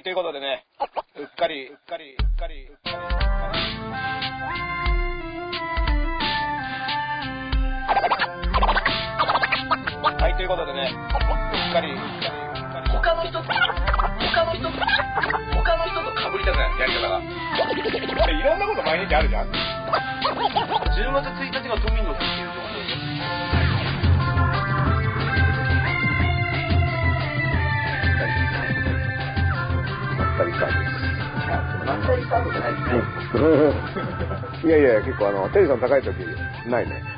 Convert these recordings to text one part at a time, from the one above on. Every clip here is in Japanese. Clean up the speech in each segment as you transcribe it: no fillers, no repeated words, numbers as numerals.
ということでね、うっかり。はい、ということでね、うっかり。 他の人と被りたくない、やり方が。 いろんなこと毎日あるじゃん。10 月1日が都民の日っていう情報です。 まったりスタートです。 まったりスタートじゃないですね。 いや、結構テンション高い時ないね。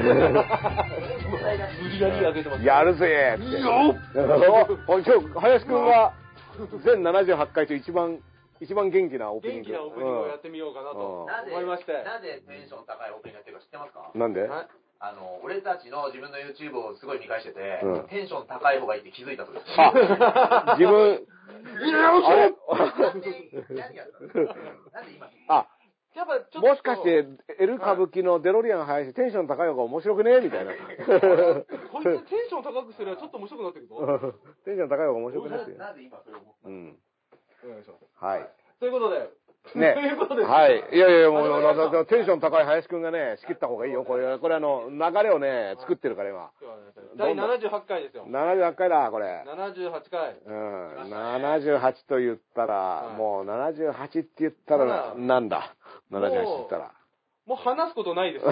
無理やり上げてます。 やるぜーって。今日、林くんが全78回と一番元気なオープニング。 元気なオープニングをやってみようかなと思いまして。 なぜテンション高いオープニングやってるか知ってますか？ なんで？ 俺たちの自分の YouTube をすごい見返してて、テンション高い方がいいって気づいたそうです。 自分、あれ何やったの？なんで今やっぱちょっともしかして、エル歌舞伎のデロリアン林テンション高い方が面白くねみたいな。 こいつテンション高くすればちょっと面白くなってくるぞ。 テンション高い方が面白くねって。 なぜ今それを思ったの？ お願いします。 はい。 ということで。 ね。 ということで。 はい。いや、もう、テンション高い林くんがね、仕切った方がいいよ。これ流れをね、作ってるから今。 第78回ですよ。 78回だ、これ。 78回。 78と言ったら、もう78って言ったら、なんだ。78って言ったら。 もう話すことないです。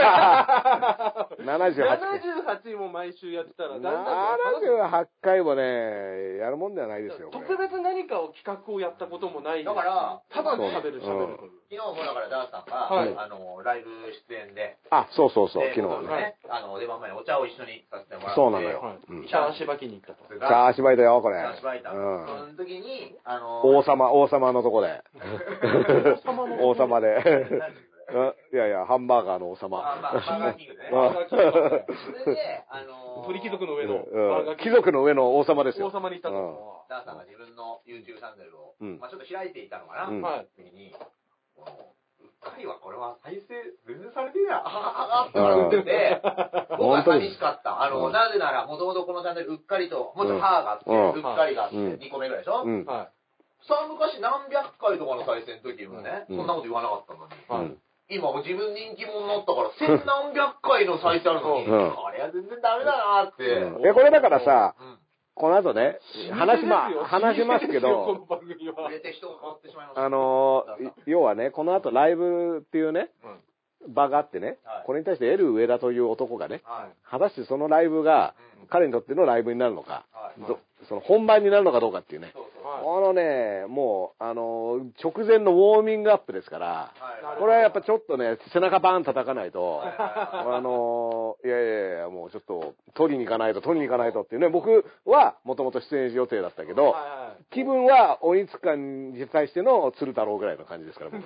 78 も毎週やってたら、 78回もね、やるもんではないですよ。 特別何かを企画をやったこともない。 だから、 ただ喋るという。 昨日もだからダースさんが、ライブ出演で。 そう、昨日ね。出番前にお茶を一緒にさせてもらって。 そうなのよ。 チャーシバキに行ったと。 チャーシバイだよ、これ。 チャーシバイだ。その時に、 王様のとこで。王様で。いや、ハンバーガーの王様。 バーガーキングでね。それで、 鳥貴族の上の、 貴族の上の王様ですよ。 王様に行ったと。 ダーさんが自分の YouTube チャンネルを、ちょっと開いていたのかな。時に、うっかりはこれは再生全然されてるやん。って言ってて、僕は寂しかった。なぜなら、もともとこのチャンネルうっかりと、もちろん歯があって、うっかりがあって、2個目ぐらいでしょ？昔何百回とかの再生の時もね、そんなこと言わなかったのに。今もう自分人気者になったから、千何百回の再生あるのに、これは全然ダメだなって。 これだからさ、この後ね、話しますけど、要はね、この後ライブっていうね、場があってね、これに対してエル上田という男がね、果たしてそのライブが彼にとってのライブになるのか、その本番になるのかどうかっていうね。もう、直前のウォーミングアップですから、これはやっぱちょっとね、背中バーン叩かないと、いや、もうちょっと、取りに行かないとっていうね、僕はもともと出演予定だったけど、気分は鬼塚に対しての鶴太郎ぐらいの感じですから、僕。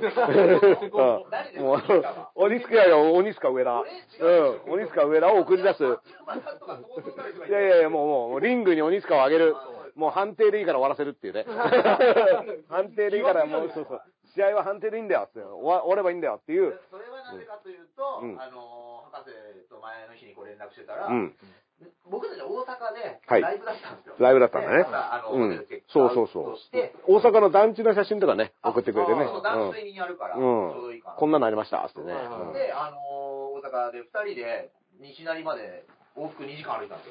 鬼塚上田。鬼塚上田を送り出す。いや、もう、リングに鬼塚を上げる。もう判定でいいから終わらせるっていうね。判定でいいから、もう、試合は判定でいいんだよって、終わればいいんだよっていう。 それはなぜかというと、博士と前の日に連絡してたら、僕たち大阪でライブだったんですよ。 ライブだったんだね。そう。大阪の団地の写真とかね、送ってくれてね。 団地にやるから、ちょうどいいかな。 こんなのありましたってね。 で、大阪で2人で西成まで往復2時間歩いたんですよ。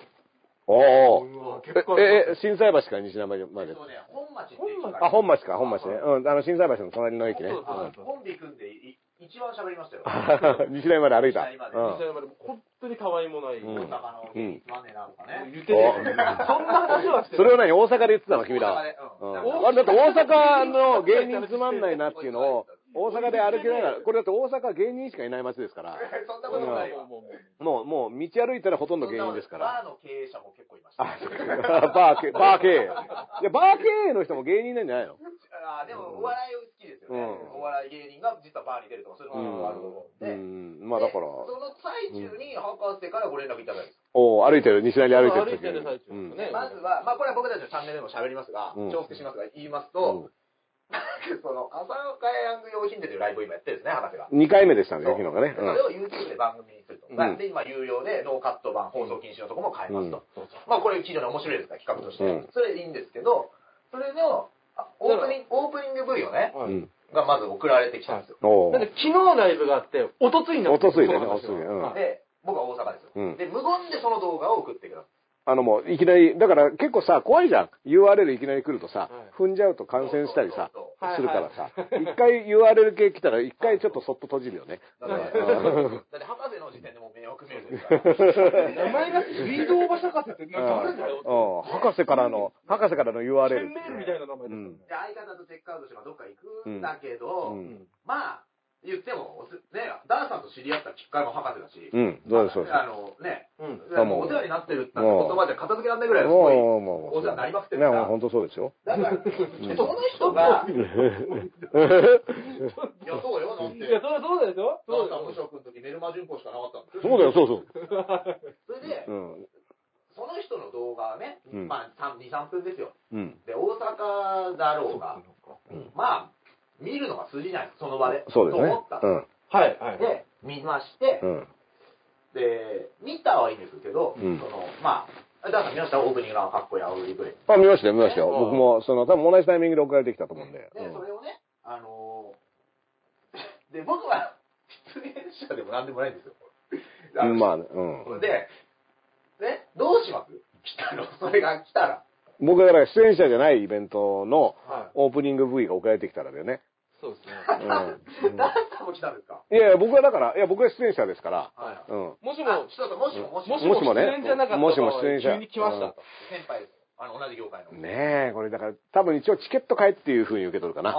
心斎橋から西成まで。 本町って本町ね。心斎橋の隣の駅ね。 コンビ組んで一番喋りましたよ。 西成まで歩いた。 西成まで本当に可愛いもない。 大阪の芸人つまんねえなとかね。 言ってね。そんな話はしてそれを何大阪で言ってたの君らは。だって大阪の芸人つまんないなっていうのを、大阪で歩けないから、これだって大阪芸人しかいない街ですから。 そんなことないよ。 もう道歩いたらほとんど芸人ですから。 バーの経営者も結構いました。 バー経営。いや、バー経営の人も芸人なんじゃないの？ でもお笑い好きですよね。お笑い芸人が実はバーに出るとかそういうのがあると思うんで。 まあだから。 その最中に博士からご連絡いただいたんです。 歩いてる、西成歩いてる時に。 まずは、これは僕たちのチャンネルでも喋りますが、重複しますが、言いますと、その、朝岡ヤング用品店というライブを今やってるんですね、博士が。 2回目でしたね、昨日がね。 それを YouTube で番組にすると。で、今有料でノーカット版、放送禁止のとこも変えますと。これ非常に面白いですから、企画として。それいいんですけど、それの、 オープニング V をね、がまず送られてきたんですよ。 なんで昨日ライブがあって、おとついになって。 おとついだね、おとつい。 で、僕は大阪ですよ。で、無言でその動画を送ってください。 もう、いきなり、だから結構さ、怖いじゃん。URL いきなり来るとさ、踏んじゃうと感染したりさ、するからさ。一回 URL 系来たら、一回ちょっとそっと閉じるよね。 だって博士の時点でもう迷惑メールですから。 名前がスイートオーバー博士って誰だよ。 博士からの URL。 メールみたいな名前です。 で、相方とチェックアウトしてどっか行くんだけど、まあ、言っても、ね、ダーさんと知り合ったきっかけも博士だし、そうです。ね、お世話になってるって言葉で片付けられないぐらいすごい、お世話になりまくってるから。 本当そうですよ。 だから、その人が、いや、そうよ、なんて。いや、 そうですよ。 ダーさん無職の時メルマ巡行しかなかったんですよ。そうだよ、そう。 それで、その人の動画はね、まあ、2、3分ですよ。で、大阪だろうが、まあ、見るのが筋じゃないですか、その場で。 そうですね。 と思った。 はい。 で、見まして、で、見たはいいんですけど、まあ、ダーさん見ました？オープニングのかっこいい青売りブレイク。 見ましたよ。僕も、多分同じタイミングで送られてきたと思うんで。 で、それをね、で、僕は、出演者でもなんでもないんですよ。 まあ、 で、ね、どうします？それが来たら。 僕はだから出演者じゃないイベントのオープニング V が送られてきたらだよね。 そうですね。 ダーさんも来たんですか？ いや、僕はだから、僕は出演者ですから。 もしもね、 出演者なかったもしも出演者。 急に来ました。 先輩です。同じ業界の。 ねえ、これだから、多分一応チケット買えっていう風に受け取るかな。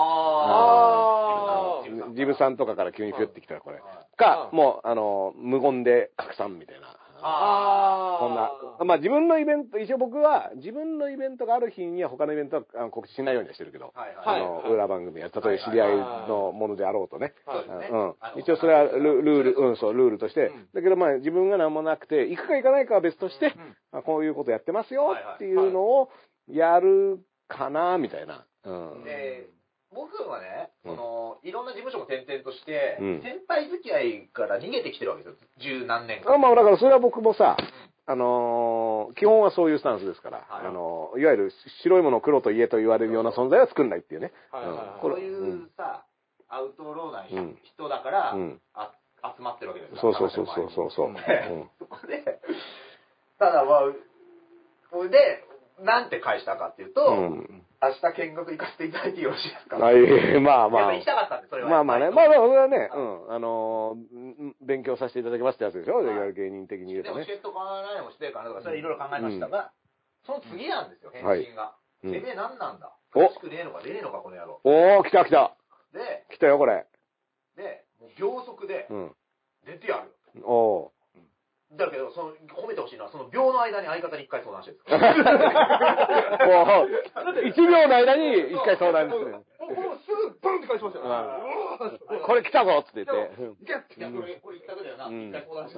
ジブさんとかから急にフィュってきたらこれ。か、もう、無言で拡散みたいな。こんな。まあ自分のイベント、一応僕は自分のイベントがある日には他のイベントは告知しないようにはしてるけど、裏番組や、たとえ知り合いのものであろうとね。一応それはルールとして、だけどまあ自分が何もなくて、行くか行かないかは別として、こういうことやってますよっていうのをやるかな、みたいな。 僕はね、いろんな事務所も転々として、先輩付き合いから逃げてきてるわけですよ。十何年間。 まあだからそれは僕もさ、基本はそういうスタンスですから、いわゆる白いものを黒と家と言われるような存在は作んないっていうね。 こういうさ、アウトローな人だから、集まってるわけですよ。そう。 そこで、ただまあ、それで、なんて返したかっていうと、明日見学行かせていただいてよろしいですか？ まあ。 行きたかったんで、それは。 まあね。まあ、それはね、勉強させていただきますってやつでしょ？芸人的に言うとね。 でもチケット買わないのもしてるかなとか、それいろいろ考えましたが、その次なんですよ、返信が。てめえ何なんだ？欲しくねえのか出ねえのか、この野郎。 来た。 で、 来たよ、これ。 で、もう秒速で、出てやる。だけど、褒めてほしいのは、その秒の間に相方に一回相談してるんですもう、1秒の間に一回相談してる。 もうすぐバンって返しましたよ。 これ来たぞって言って。 いや、これ一択だよな。一回相談して。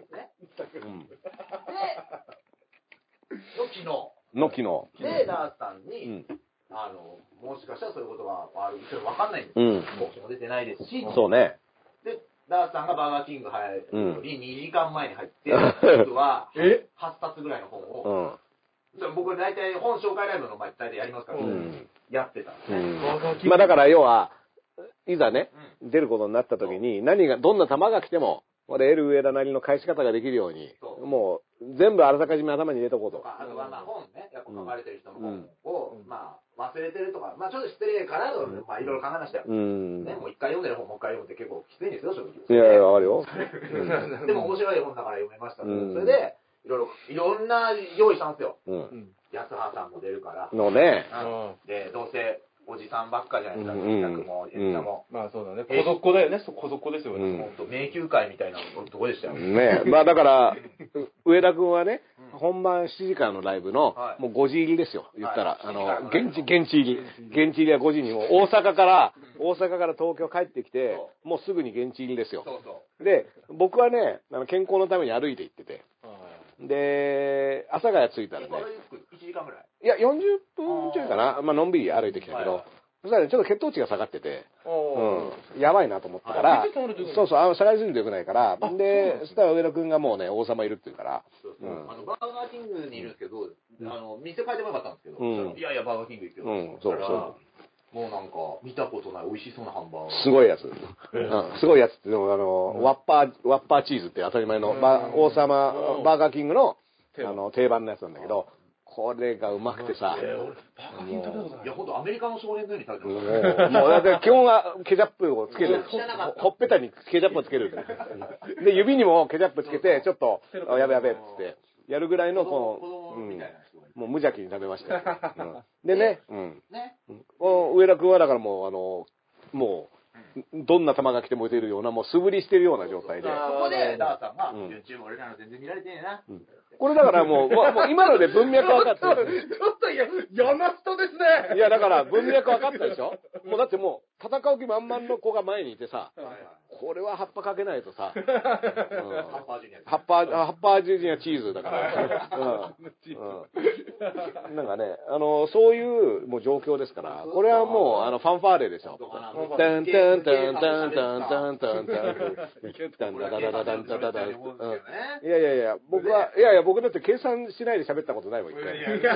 の昨日。で、ダースさんに、もしかしたらそういうことがあるかわかんないんですけど、告知も出てないですし。 そうね。 で、ダースさんがバーガーキング入るより2時間前に入って、僕は8冊ぐらいの本を、僕は大体本紹介ライブの前大体やりますから、やってたんですね。 まあだから要は、いざね、出ることになった時に、どんな球が来ても、俺、エル上田なりの返し方ができるように、もう、全部あらかじめ頭に入れとこうと。 あとは、まあ、本ね、やっぱ書かれてる人の本を、まあ、忘れてるとか、まあ、ちょっと失礼かなと、まあ、いろいろ考えましたよ。ね、もう一回読んでる本、もう一回読むって結構きついんですよ、正直。 いやいや、わかるよ。 でも面白い本だから読めました。それで、いろんな用意したんですよ。安葉さんも出るから。 のね。 で、どうせ、おじさんばっかじゃないですか、役も、演者も。 まあそうだね。小族だよね。小族ですよね。 本当迷宮会みたいなとこでしたよ。 ねまあだから、上田くんはね、本番7時からのライブの、もう5時入りですよ、言ったら。現地入り。現地入りは5時に、もう大阪から東京帰ってきて、もうすぐに現地入りですよ。で、僕はね、健康のために歩いて行ってて。で、阿佐ヶ谷着いたらね。 1時間ぐらい？ いや、40分ちょいかな。まあ、のんびり歩いてきたけど、そしたらね、ちょっと血糖値が下がってて、やばいなと思ったから、そう、下がりすぎると良くないから、で、そしたら上田くんがもうね、王様いるって言うから、 バーガーキングにいるんですけど、 店変えてもよかったんですけど、いやいや、バーガーキング行くよ。 そうそう。 もうなんか、見たことない美味しそうなハンバーガー。 すごいやつ。すごいやつって、でもワッパーチーズって当たり前の、王様、バーガーキングの、定番のやつなんだけど、これがうまくてさ。 いや、ほんとアメリカの少年のように食べてました。もう、だって基本はケチャップをつける。ほっぺたにケチャップをつける。で、指にもケチャップつけて、ちょっと、やべやべっつって、やるぐらいの、もう無邪気に食べましたよ。でね、上田君はだからもう、もう、どんな球が来ても打てるような、もう素振りしてるような状態で。 そこで、ダーさんが、YouTube 俺らの全然見られてねえな。 これだからもう今ので文脈分かった。ちょっと山人ですね。 いやだから文脈分かったでしょ。もうだってもう戦う気満々の子が前にいてさ、これは葉っぱかけないとさ、葉っぱジュニアチーズだから。なんかね、そういうもう状況ですから、これはもうファンファーレでしょ。タンタンタンタンタンタンタンタンタンダダダダダダダダ。いや僕だって計算しないで喋ったことないもん、一回。いや。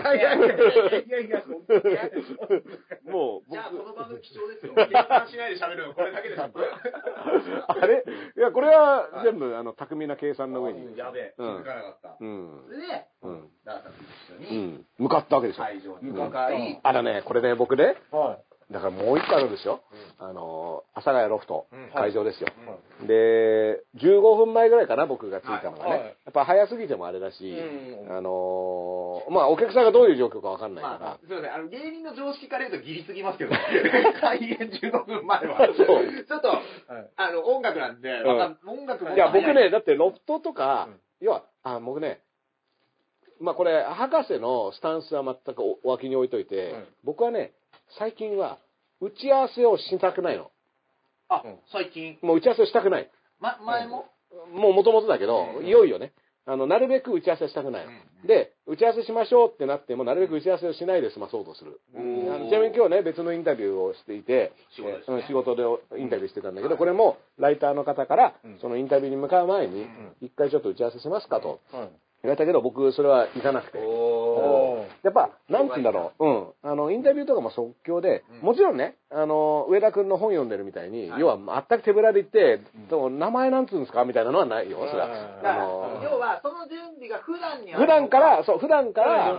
もう、 じゃあ、この番組貴重ですよ。計算しないで喋るの、これだけです。 あれいや、これは全部、巧みな計算の上に。 やべえ。気づかなかった。それで、ダーさんと一緒に、 向かったわけでしょ。 会場に向かい。 これね、僕ね、だからもう一個あるんですよ。阿佐ヶ谷ロフト、会場ですよ。で、15分前ぐらいかな、僕が着いたのがね。やっぱ早すぎてもあれだし、まあ、お客さんがどういう状況かわかんないから。 そうですね、芸人の常識から言うとギリすぎますけど、開演15分前は。ちょっと、音楽なんで、音楽も。 いや、僕ね、だってロフトとか、要は、僕ね、まあこれ、博士のスタンスは全く脇に置いといて、僕はね、最近は、打ち合わせをしたくないの。 最近もう打ち合わせをしたくない。 前ももう元々だけど、いよいよね。なるべく打ち合わせしたくないの。で、打ち合わせしましょうってなっても、なるべく打ち合わせをしないで済まそうとする。ちなみに今日ね、別のインタビューをしていて、仕事でインタビューしてたんだけど、これもライターの方から、そのインタビューに向かう前に、一回ちょっと打ち合わせしますかと。言われたけど、僕、それは行かなくて。やっぱ、なんつうんだろう。インタビューとかも即興で、もちろんね、上田くんの本読んでるみたいに、要は全く手ぶらで行って、名前なんつうんですかみたいなのはないよ、それは。 要は、その準備が普段にある。 普段から、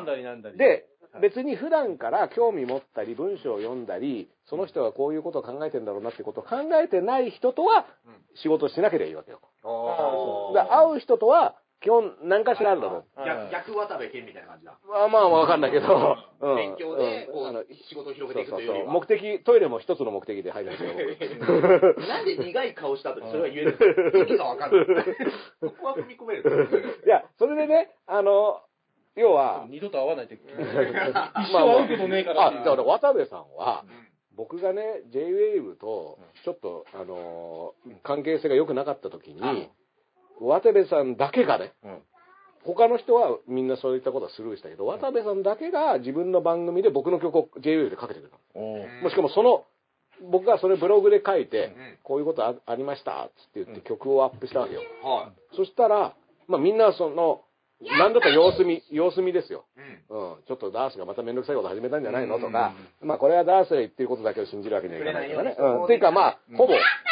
で、別に普段から興味持ったり、文章を読んだり、その人がこういうことを考えてんだろうなってことを考えてない人とは、仕事しなければいいわけよ。会う人とは、基本何かしらあるだろう。 逆渡部健みたいな感じだ。 まあわかんないけど。 勉強で、仕事を広げていくというよりは。 目的、トイレも一つの目的で入るんですよ。なんで苦い顔した後にそれは言えるんですか？意味がわかんない。そこは踏み込める。 いや、それでね、要は。 二度と会わないと。一生会うことねえから。 だから渡部さんは、僕がね、J-Wave と、ちょっと、関係性が良くなかった時に、渡部さんだけがね、他の人はみんなそういったことはスルーしたけど、渡部さんだけが自分の番組で僕の曲を J-Wave でかけてくれたの。しかも僕がそれブログで書いて、こういうことありましたっつって言って曲をアップしたわけよ。そしたら、まあみんななんだったら様子見ですよ。ちょっとダースがまためんどくさいこと始めたんじゃないのとか、まあこれはダースが言ってることだけを信じるわけにはいかないとかね。っていうかまあ、ほぼ、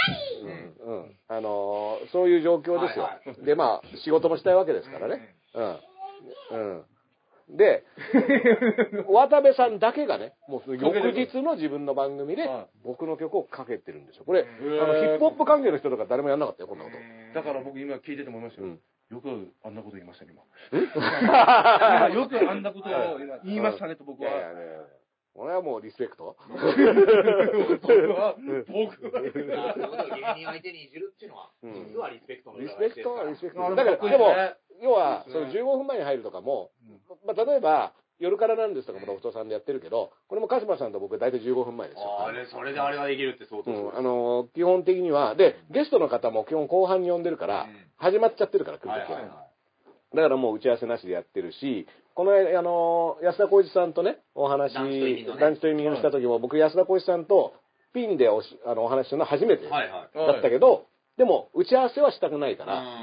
そういう状況ですよ。でまあ、仕事もしたいわけですからね。で、渡部さんだけがね、もう翌日の自分の番組で僕の曲をかけてるんですよ。これ、ヒップホップ関係の人とか誰もやんなかったよ、こんなこと。 だから僕今聞いてて思いましたよ。よくあんなこと言いましたね、今。よくあんなことを言いましたねと僕は。 俺はもうリスペクト。 僕は。芸人相手にいじるっていうのは、実はリスペクトの。 リスペクト。だから、でも、要は、その15分前に入るとかも、まあ、例えば、夜からなんですとかもロフトさんでやってるけど、これも鹿島さんと僕大体15分前ですよ。 それであれができるって相当基本的には、で、ゲストの方も基本後半に呼んでるから、始まっちゃってるから、来るときは。だからもう打ち合わせなしでやってるし、この間、安田浩一さんとね、お話、ランチと移民をした時も、僕安田浩一さんとピンでお話するのは初めてだったけど、でも打ち合わせはしたくないから、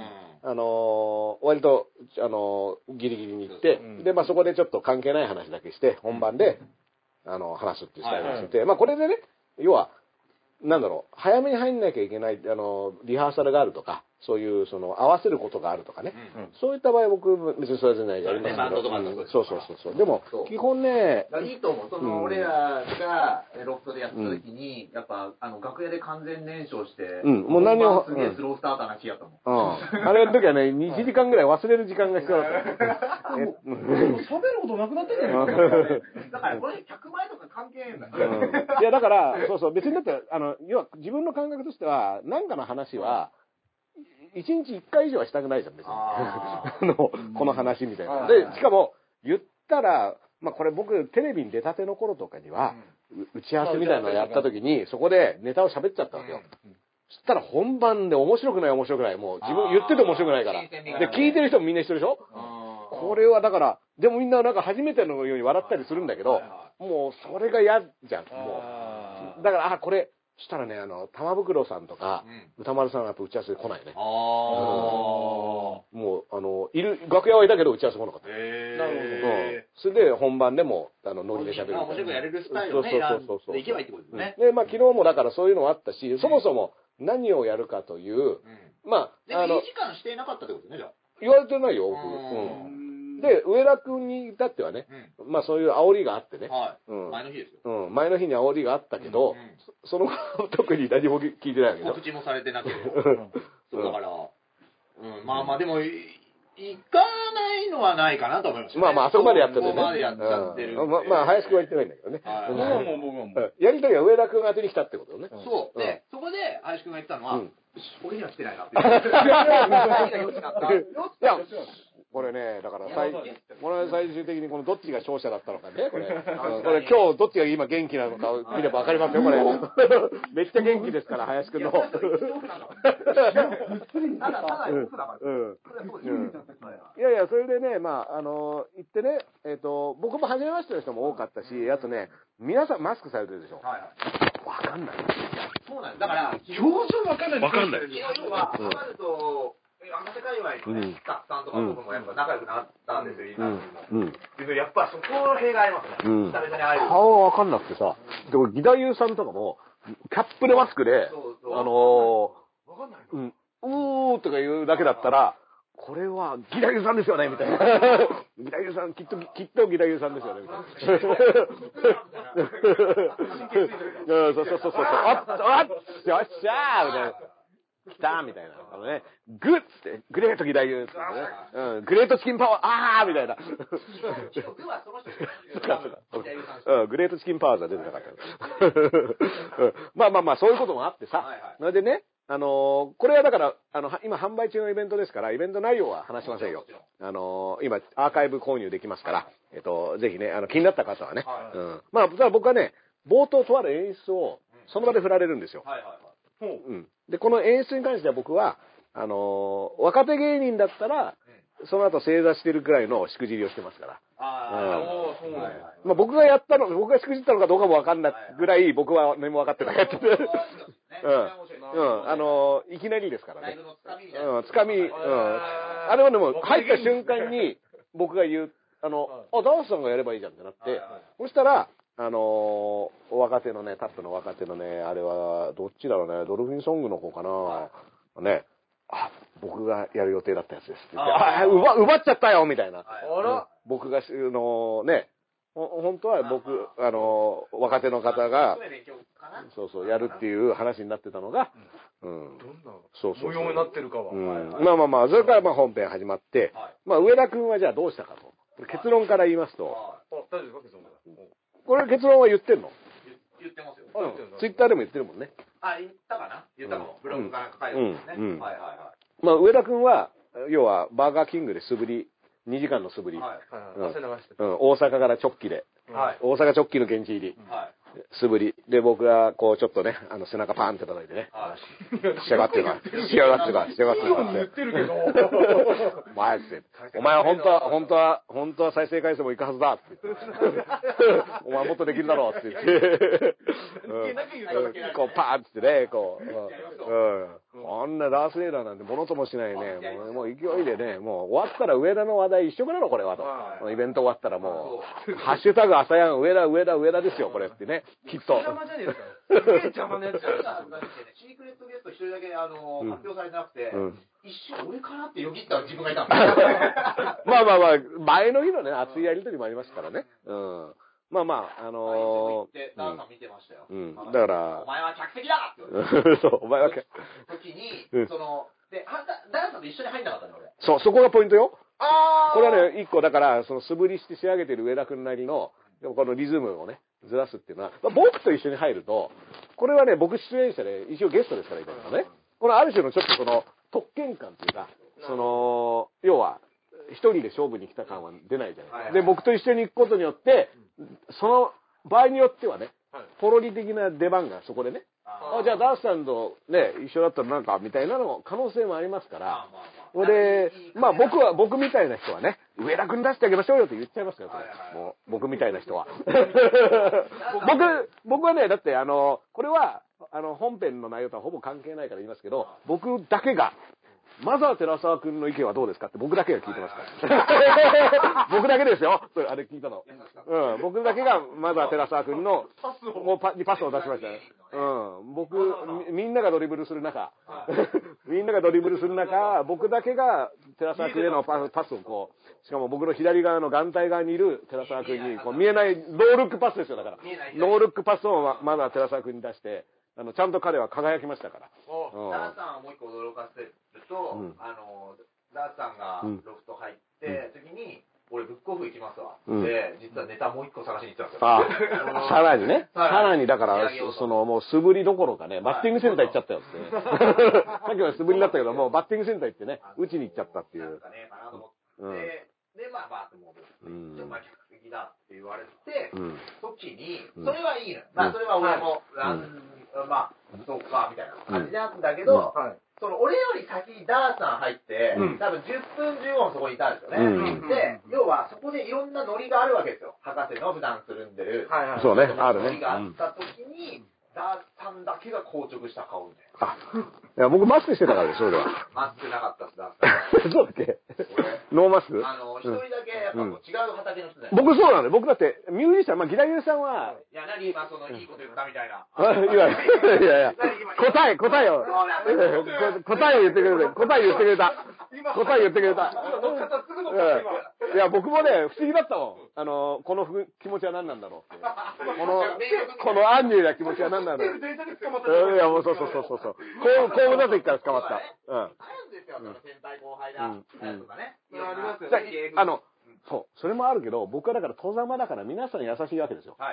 割と、ギリギリに行って、で、そこでちょっと関係ない話だけして、本番で、話すっていうスタイルをしてて、これでね、要は、早めに入んなきゃいけない、リハーサルがあるとか、そういう、合わせることがあるとかね。そういった場合、僕、別にそれは全然やりますけど。そう。でも、基本ね。 いいと思う。俺らがロフトでやった時に、やっぱ、楽屋で完全燃焼して、 もう何を。 すげえスロースターターな気やったもん。 あれの時はね、1時間ぐらい忘れる時間が必要だった。 喋ることなくなってんじゃないだから、これ、100枚とか関係ないんだ。 いや、だから、別にだって、要は、自分の感覚としては、なんかの話は、1日1回以上はしたくないじゃん、別に。この話みたいな。で、しかも、言ったら、これ僕、テレビに出たての頃とかには、打ち合わせみたいなのをやった時に、そこでネタを喋っちゃったわけよ。そしたら本番で面白くない、もう自分言ってて面白くないから。で、聞いてる人もみんな一緒でしょ？これはだから、でもみんななんか初めてのように笑ったりするんだけど、もうそれが嫌じゃん、もう。だから、これ、そしたらね、玉袋さんとか、歌丸さんはやっぱ打ち合わせ来ないね。もう、楽屋はいたけど打ち合わせ来なかった。なるほど。それで本番でも、ノリで喋る。 面白くやれるスタイルをね、でいけばいいってことですね。 で、昨日もだからそういうのはあったし、そもそも何をやるかという、 でもいい時間していなかったってことね、じゃあ。 言われてないよ、僕。で、上田君に至ってはね、そういう煽りがあってね。 前の日ですよ。 前の日に煽りがあったけど、その後、特に何も聞いてないわけど。 告知もされてなければ。そうだから、でも、行かないのはないかなと思いました。 あそこまでやってるね。 そこまでやっちゃってる。 林君は言ってないんだけどね。やりとりは上田君が当てに来たってことね。 そう。で、そこで林君が言ったのは、俺には来てないなって。いや、 これね、だから、最終的にこのどっちが勝者だったのかね、これ。今日どっちが今元気なのかを見ればわかりますよ、これ。めっちゃ元気ですから、林くんの。いやいや、それでね、行ってね、僕も初めましての人も多かったし、あとね、皆さんマスクされてるでしょ。わかんない。 そうなんです。だから、 表情わかんない。 わかんない。 要は、ハマると、若手界隈のね、スタッフさんとか僕もやっぱ仲良くなったんですよ、いい感じも。で、やっぱそこの弊害ありますね。久々に会える。 顔はわかんなくてさ、でも、義太夫さんとかも、キャップでマスクで、 わかんないの？ うーとか言うだけだったら、これは義太夫さんですよねみたいな。義太夫さん、きっと義太夫さんですよねみたいな。そう。よっしゃーみたいな。来たーみたいな。グッつって、グレート義太夫ってね。グレートチキンパワー、あーみたいな。グレートチキンパワーズは出てなかった。そういうこともあってさ。それでね、これはだから、今販売中のイベントですから、イベント内容は話しませんよ。今、アーカイブ購入できますから、ぜひね、気になった方はね。ただ僕はね、冒頭とある演出を、その場で振られるんですよ。で、この演出に関しては僕は、若手芸人だったら、その後正座してるくらいのしくじりをしてますから。僕がしくじったのかどうかもわかんないぐらい、僕は何も分かってなかった。いきなりですからね。つかみ。あれはでも、入った瞬間に、僕が言う、ダンスさんがやればいいじゃんってなって、そしたら、若手のね、タップの若手のね、あれは、どっちだろうね、ドルフィンソングの方かな。ね、僕がやる予定だったやつですって言って、奪っちゃったよみたいな。僕が、ね、本当は僕、若手の方が、やるっていう話になってたのが、 どんな模様になってるかは。 それから本編始まって、上田くんはじゃあどうしたかと。結論から言いますと、 大丈夫ですか、結論から。 これ結論は言ってんの？ 言ってますよ。 ツイッターでも言ってるもんね。 言ったかな？言ったかも。ブログから書いてますね。 上田くんは、要は、バーガーキングで素振り、2時間の素振り。大阪から直帰で。大阪直帰の現地入り。素振り。で、僕が、こう、ちょっとね、背中パーンって叩いてね。仕上がってるか。 言ってるけど。 お前は本当は再生回数もいくはずだって言って。お前もっとできるだろうって言って。こう、パーンってね、こう。 こんなダースレーダーなんてものともしないね、もう勢いでね、もう終わったら上田の話題一色なのこれはと。イベント終わったらもう、ハッシュタグ朝やん上田ですよ、これってね、きっと。 邪魔じゃねえですか。すげえ邪魔なやつやる。 シークレットゲスト一人だけ発表されてなくて、一瞬俺かなってよぎった自分がいたんですよ。 まあ、前の日のね、熱いやりとりもありましたからね。ダーさん見てましたよ。 だから、 お前は客席だってそう、お前は時に、ダーさんと一緒に入んなかったね、俺。 そう、そこがポイントよ。これはね、一個だから、その素振りして仕上げてる上田くんなりの、でもこのリズムをね、ずらすっていうのは、僕と一緒に入ると、これはね、僕出演者で、一応ゲストですから、いたからね。このある種のちょっとその、特権感っていうか、要は、一人で勝負に来た感は出ないじゃないですか。で、僕と一緒に行くことによって、その場合によってはね、ポロリ的な出番がそこでね、じゃあダースさんとね、一緒だったらなんか、みたいなの可能性もありますから、で、僕みたいな人はね、上田くん出してあげましょうよって言っちゃいますよ、もう、僕みたいな人は。僕はね、だって、これは、本編の内容とはほぼ関係ないから言いますけど、僕だけが、マザー寺澤くんの意見はどうですかって僕だけが聞いてますから。僕だけですよ。あれ聞いたの。僕だけがマザー寺澤くんのにパスを出しましたね。みんながドリブルする中、僕だけが寺澤くんへのパスをこう、しかも僕の左側の眼帯側にいる寺澤くんにこう見えないノールックパスですよ、だから。ノールックパスをマザー寺澤くんに出して、ちゃんと彼は輝きましたから。 ダーさんをもう一個驚かせると、ダーさんがロフト入って時に、俺ブックオフ行きますわ。で、実はネタもう一個探しに行ってたんですよ。 さらにね。さらにだから、もう素振りどころかね、バッティングセンター行っちゃったよってね。さっきは素振りだったけど、もうバッティングセンター行ってね、打ちに行っちゃったっていう。 で、バーって戻って、客席だって言われて、時に、それはいいのよ。それは俺も、そうか、みたいな感じなんだけど、俺より先にダーさん入って、多分10分15分そこにいたんですよね。で、要はそこでいろんなノリがあるわけですよ。博士の普段つるんでる。 そうね、あるね。 ノリがあった時に、ダーさんだけが硬直した顔みたいな。いや、僕マスクしてたからです、それは。 マスクなかったっす、ダーさん。 そうだっけノーマスク一人だけ、やっぱ違う畑の人だよ。 僕そうなんで、僕だって、ミュージシャン、ギタリさんは。 いや、何今いいこと言ったみたいな。 いや、答えを。答えを言ってくれた。答え言ってくれた。いや、僕もね、不思議だったもん。この気持ちは何なんだろうって。このアンニュイな気持ちは何なんだろう。いや、もうそう。後部座席から捕まった。 あるんですよ、先輩後輩だ。とかね。 ありますよね。 そう、それもあるけど、僕はだから戸様だから皆さん優しいわけですよ。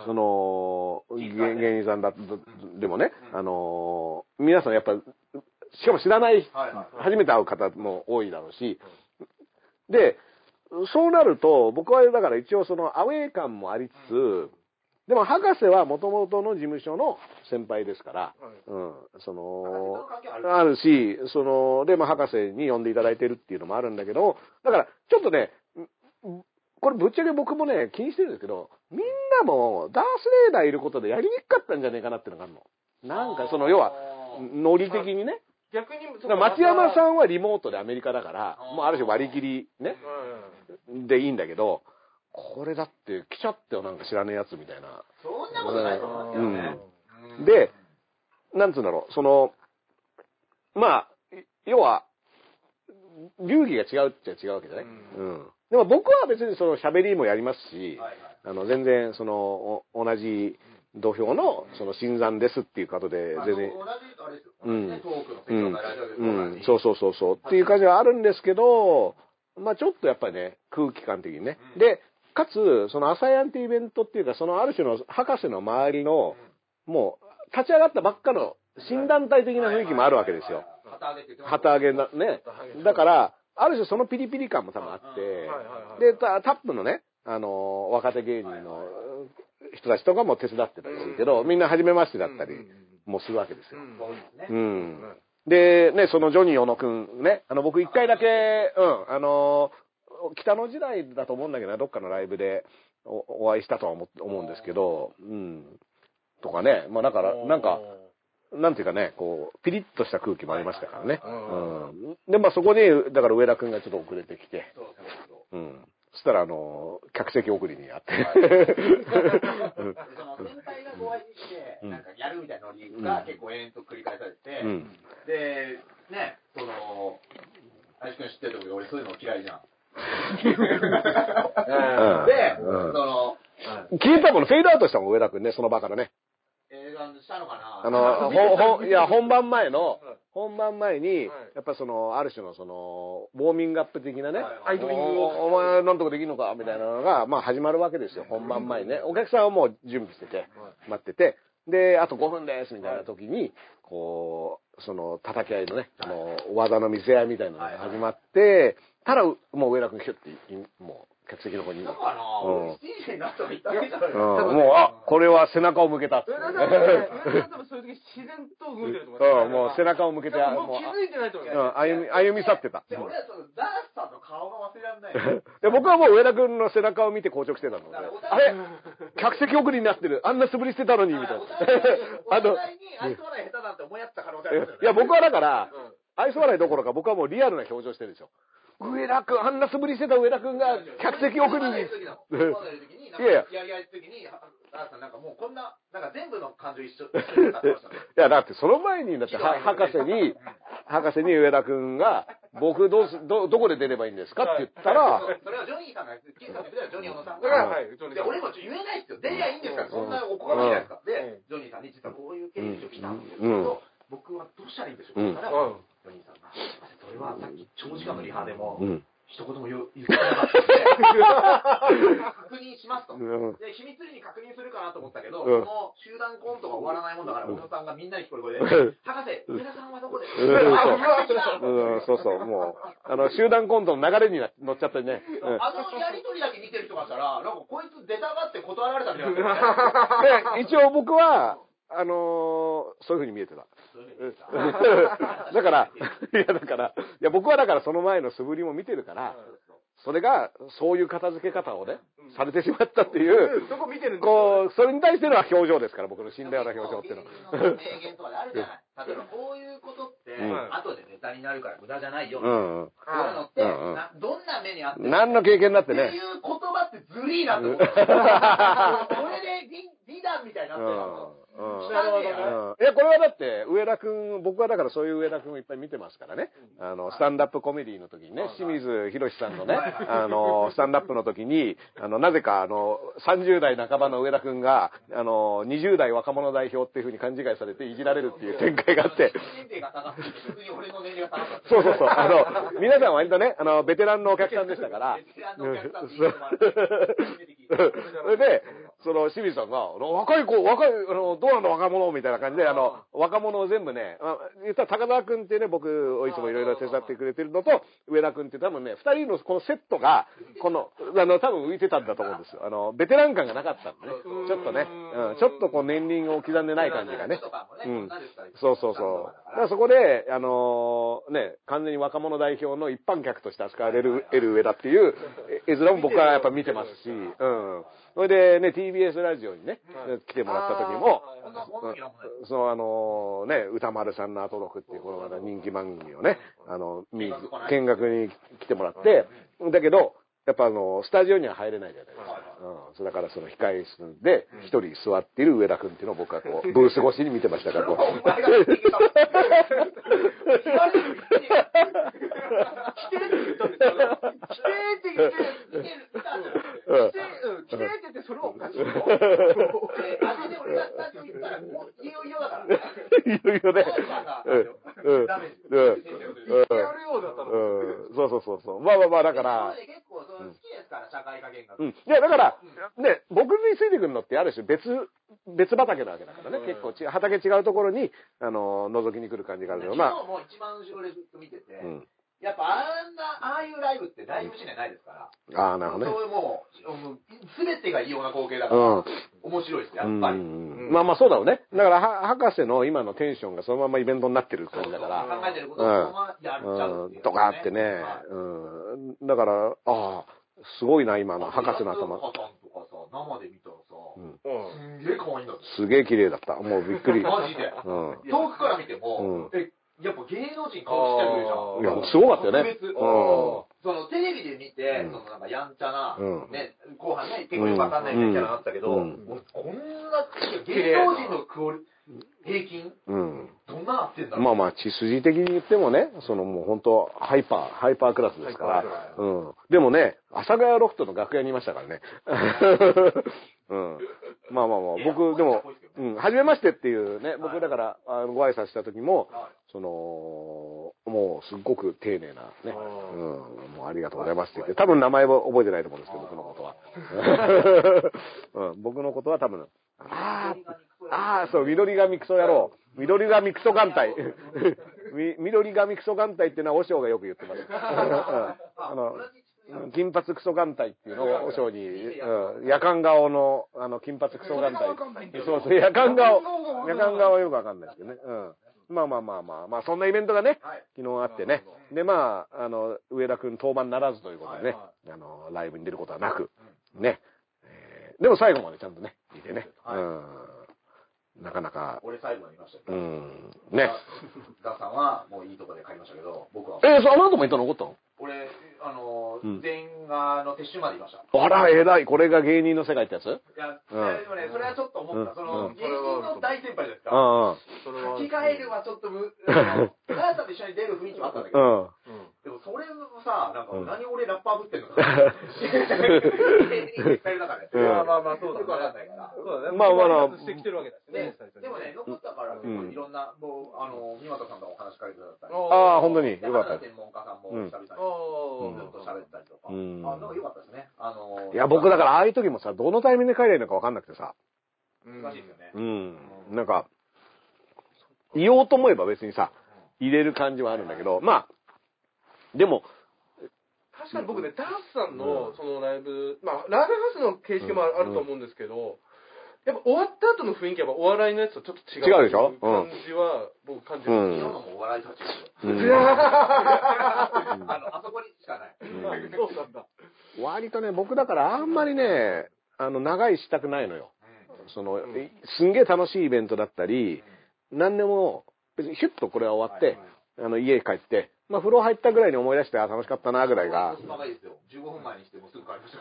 芸人さんでもね、皆さんやっぱ、しかも知らない、初めて会う方も多いだろうし、で、そうなると、僕はだから一応アウェー感もありつつ、でも博士は元々の事務所の先輩ですから、あるし、で、博士に呼んでいただいてるっていうのもあるんだけど、だから、ちょっとね、これぶっちゃけ僕もね、気にしてるんですけど、みんなもダースレーダーいることでやりにくかったんじゃねえかなっていうのがあるの。なんか要は、ノリ的にね。 逆に、 松山さんはリモートでアメリカだから、もうある種割り切りね、でいいんだけど、これだって来ちゃったよ、なんか知らねえやつみたいな。 そんなことないと思うんですよね。 で、なんつうんだろう、要は、流儀が違うっちゃ違うわけじゃない。でも僕は別に喋りもやりますし、全然同じ土俵の新参ですっていうことで、全然。 同じあれですよ。トークの世界ラジオでそうっていう感じはあるんですけど、ちょっとやっぱりね、空気感的にね。で、かつ、朝やんっていうイベントっていうか、ある種の博士の周りの、もう、立ち上がったばっかの新団体的な雰囲気もあるわけですよ。旗揚げだね。だから、ある種そのピリピリ感も多分あって、で、タップのね、若手芸人の人たちとかも手伝ってたりするけど、みんな初めましてだったりもするわけですよ。で、ね、ジョニー小野くんね、僕一回だけ、北の時代だと思うんだけど、どっかのライブでお会いしたとは思うんですけど、とかね、だから、なんか、 なんていうかね、こう、ピリッとした空気もありましたからね。で、まあそこに、だから上田くんがちょっと遅れてきて、そしたら客席送りにあって。 その先輩がご相手して、なんかやるみたいなノリが結構延々と繰り返されて、で、ね、林くん知ってるとこで俺そういうの嫌いじゃん。で、 消えたもの、フェードアウトしたもん、上田くんね、その場からね。 したのかないや、本番前に、やっぱある種のウォーミングアップ的なね、 アイドリングを。 お前なんとかできるのかみたいなのが、まあ始まるわけですよ、本番前にね。お客さんはもう準備してて、待ってて、で、あと5分ですみたいな時に、こう、叩き合いのね、技の見せ合いみたいなのが始まって、ただ、もう上田くんヒュッて、もう、客席の方に。 だから7時になったら行ったわけじゃないもう、これは背中を向けたって。 多分そういう時自然と動いてると思う。 もう背中を向けて、 もう気づいてないと思う。 歩み去ってた。 俺はダースさんの顔が忘れられない。 で、僕はもう上田くんの背中を見て硬直してたので、あれ客席送りになってる。あんな素振りしてたのに、みたいな。 お互いに愛想笑い下手だって思い合った可能性ありますよね。 いや、僕はだから、愛想笑いどころか僕はもうリアルな表情してるでしょ。上田くん、あんな素振りしてた上田くんが客席送りに。いやいや、時に、なんかもうこんな、なんか全部の感情一緒になってましたね。 いや、だってその前に、だって博士に上田くんが、僕どこで出ればいいんですかって言ったら、 それはジョニーさんが、ジョニー小野さんが、で、俺も言えないですよ。出りゃいいんですから、そんなおこがましいじゃないですか。で、ジョニーさんに実はこういう経緯で来たんですけど、僕はどうしたらいいんでしょうか。ジョニーさんが、それはさっき長時間のリハでも、一言も言ってなかったので、確認しますと。で、秘密裏に確認するかなと思ったけど、その集団コントが終わらないもんだから、小野さんがみんなに聞こえる声で、博士、上田さんはどこでそうそう、もう、集団コントの流れに乗っちゃってね。 やりとりだけ見てる人がしたら、なんかこいつ出たがって断られたみたいな。 一応僕は、そういう風に見えてた。だから、僕はだからその前の素振りも見てるから、それが、そういう片付け方をね、されてしまったっていう、それに対しての表情ですから、僕の信頼の表情っていうのは。 名言とかであるじゃない。例えば、こういうことって、後でネタになるから無駄じゃないよ。そういうのって、どんな目にあって何の経験だってね。 っていう言葉ってずりーなって思った。これで美談みたいになってるの。 いや、これはだって、上田くん、僕はだからそういう上田くんをいっぱい見てますからね。スタンダップコメディの時にね、清水宏さんのね、スタンダップの時に、なぜか30代半ばの上田くんが、20代若者代表っていう風に勘違いされていじられるっていう展開があって。そう。皆さん割とね、ベテランのお客さんでしたから。それで、清水さんが、若い、どうなんだ若者みたいな感じで、若者を全部ね、言ったら高田くんってね、僕をいつもいろいろ手伝ってくれてるのと、上田くんって多分ね、二人のこのセットが、多分浮いてたんだと思うんですよ。ベテラン感がなかったんでね。ちょっとね、ちょっとこう年輪を刻んでない感じがね。そう。だからそこで、ね、完全に若者代表の一般客として扱われる上田っていう絵面も僕はやっぱ見てますし、それでね、TBS ラジオにね、来てもらった時も、歌丸さんのアトロクっていうこのまた人気番組をね、見学に来てもらって、だけど、やっぱスタジオには入れないじゃないですか。だからその控え室で一人座っている上田くんっていうのを僕はこう、ブース越しに見てましたから、こう。 来てって言ってそれをおかしいよ。で、俺がスタジオ行ったら、いよいよだから。 いよいよね。 ダメです。 やるようだったの。 そう。まあ、だから。 結構、好きですから、社会科見学。 いや、だから、ね、僕についてくるのってある種別畑なわけだからね。結構畑違うところに、覗きに来る感じがあるけど、まあ。 昨日も一番後ろでずっと見てて、やっぱああいうライブってライブシーンないですから。 ああ、なるほどね。 そういうもう、すべてが異様な光景だから、面白いです、やっぱり。 まあそうだろうね。だから、博士の今のテンションがそのままイベントになってる感じだから。 考えてることをそのままやっちゃうっていう。 とかってね。だから、すごいな、今の博士の頭。 さんとかさ、生で見たらさ、 すんげえ可愛いんだって。 すげえ綺麗だった。もうびっくり。 マジで。遠くから見ても、やっぱ芸能人顔してるじゃん。 いや、すごかったよね。 そのテレビで見て、そのなんかやんちゃな、ね、後半ね、結構よくわかんないキャラになったけど、こんな芸能人の平均どんななってんだろう。 まあ血筋的に言ってもね、そのもう本当ハイパークラスですから。でもね、阿佐ヶ谷ロフトの楽屋にいましたからね。まあ僕でも、初めましてっていうね、僕だからご挨拶した時も、もうすっごく丁寧なね、もうありがとうございますって言って、多分名前は覚えてないと思うんですけど、僕のことは。僕のことは多分、そう、緑髪クソ野郎。緑髪クソ眼帯。緑髪クソ眼帯っていうのは和尚がよく言ってます。金髪クソ眼帯っていうのを和尚に、夜間顔の、金髪クソ眼帯。そう、夜間顔はよくわかんないですけどね。まあ、そんなイベントがね、昨日あってね。で、上田くん当番ならずということでね、ライブに出ることはなく、ね。でも最後までちゃんとね、見てね。なかなか。 俺最後まで見ましたよ。 ね。 ダさんはもういいとこで買いましたけど、僕は。 その後も行ったの残ったの？ 俺、全員が撤収までいました。 あら、偉い。これが芸人の世界ってやつ？ いや、でもね、それはちょっと思った。芸人の大先輩ですから。着替えるはちょっとダさんと一緒に出る雰囲気もあったんだけど。でもそれもさ、なんか何俺ラッパーぶってんのか。まあ、そうだね。わかんないから。 してきてるわけだしね。 でもね、残ったからいろんな、もう、三股さんとお話し会だったり。 本当に。よかった。 専門家さんも久々にずっと喋ったりとか。なんか良かったですね。 いや、僕だからああいう時もさ、どのタイミングで帰れるのかわかんなくてさ。 難しいですよね。 なんか、言おうと思えば別にさ、入れる感じはあるんだけど、でも、 確かに僕ね、ダースさんのそのライブ、ライブハウスの形式もあると思うんですけど、やっぱ終わった後の雰囲気はお笑いのやつとちょっと違う。 違うでしょ？ 感じは僕感じます。 今のもお笑いたちですよ。あそこにしかない。 そうなんだ。 割とね、僕だからあんまりね、長居したくないのよ。すんげえ楽しいイベントだったり、何でも、別にヒュッとこれは終わって、家帰って、風呂入ったぐらいに思い出して、楽しかったなぐらいが。 長いですよ。15分前にしてもすぐ帰りました。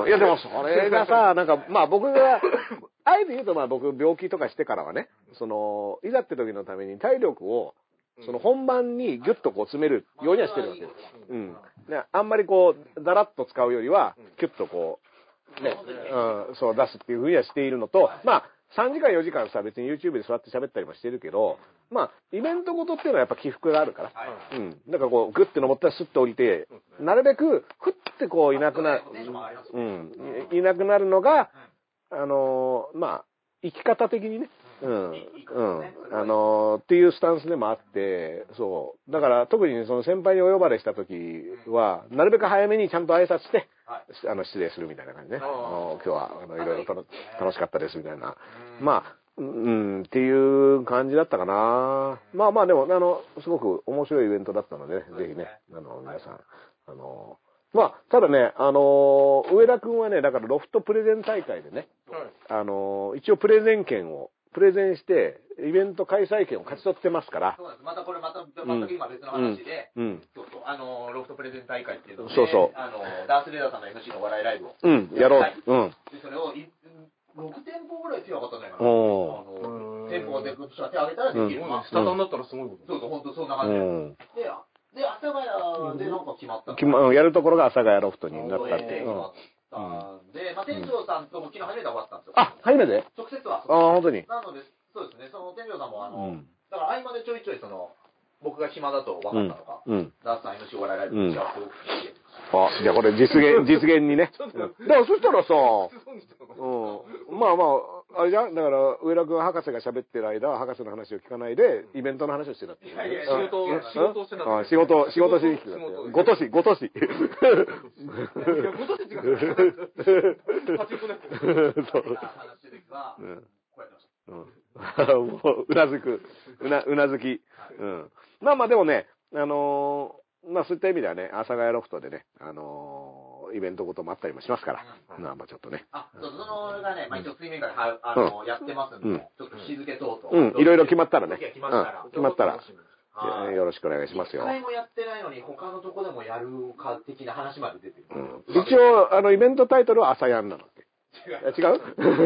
いやでもそれがさ、なんか、僕が、あえて言うと僕病気とかしてからはね、いざって時のために体力を、本番にギュッとこう詰めるようにはしてるわけです。あんまりこう、だらっと使うよりは、キュッとこう、ね、そう出すっていうふうにはしているのと、3時間4時間さ、別に YouTube で座って喋ったりもしてるけど、イベントごとっていうのはやっぱ起伏があるから。だからこう、グッて登ったらスッと降りて、なるべく、ふってこういなくなる、いなくなるのが、生き方的にね、っていうスタンスでもあって、そう。だから特にその先輩にお呼ばれした時は、なるべく早めにちゃんと挨拶して、失礼するみたいな感じね。今日はいろいろ楽しかったですみたいな。っていう感じだったかな。でも、すごく面白いイベントだったので、ぜひね、皆さん、ただね、上田くんはね、だからロフトプレゼン大会でね、一応プレゼン権を、プレゼンして、イベント開催権を勝ち取ってますから。 そうなんです。また全く今別の話で、ロフトプレゼン大会っていうので、ダースレーダーさんの MC のお笑いライブを。 やろう。 で、それを、6店舗ぐらい手が上がったんじゃないかな。店舗で手を挙げたらできる。 スタダンだったらすごいこと。 そう、本当そんな感じで。で、阿佐ヶ谷でなんか決まった。 やるところが阿佐ヶ谷ロフトになったって。 で、店長さんとも昨日初めて終わったんですよ。 初めて？ 直接は。 本当に。 なので、そうですね、その店長さんもだから合間でちょいちょい僕が暇だと分かったのか、ダースさん MC お笑いライブに幸せを送ってじゃあこれ実現にね。だからそしたらさ、あれじゃんだから上田君博士が喋ってる間は博士の話を聞かないでイベントの話をしてたって。 仕事をしてた。 仕事しに来てたって。ごとし。 ごとし違う。パチンコのやつ。 そう。話してる時は、こうやってました。 うなずき。でもね、そういった意味ではね、阿佐ヶ谷ロフトでね、 イベントごともあったりもしますから、まあちょっとね。 そのがね、一応水面下でやってますんで、ちょっと日付等々。 いろいろ決まったらね。 決まったら。 よろしくお願いしますよ。 一回もやってないのに、他のとこでもやるか的な話まで出てる。 一応、イベントタイトルは朝やんなのって。違う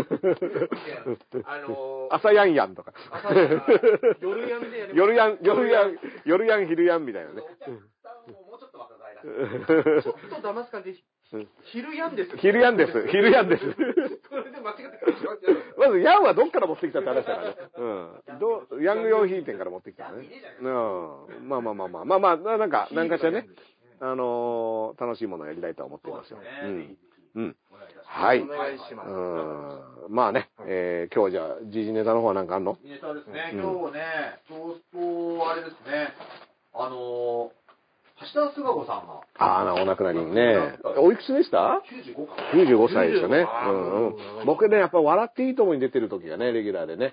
朝やんやんとか。 夜やんでやる。 夜やん、昼やんみたいなね。 もうちょっと若返らちょっと騙す感じ。昼やんです。 昼やんです。 それで間違ってまず、ヤンはどっから持ってきたって話だからね。ヤング用品店から持ってきたね。まあ、なんかしらね、楽しいものをやりたいと思っていますよ。はい。 お願いします。 まあね、今日じゃあ、時事ネタの方は何かあんの？ ネタですね。今日ね、トースポ、あれですね、橋田壽賀子さんが。 お亡くなりにね。おいくつでした ?95 歳でしたね。僕ね、やっぱ笑っていいともに出てる時がね、レギュラーでね。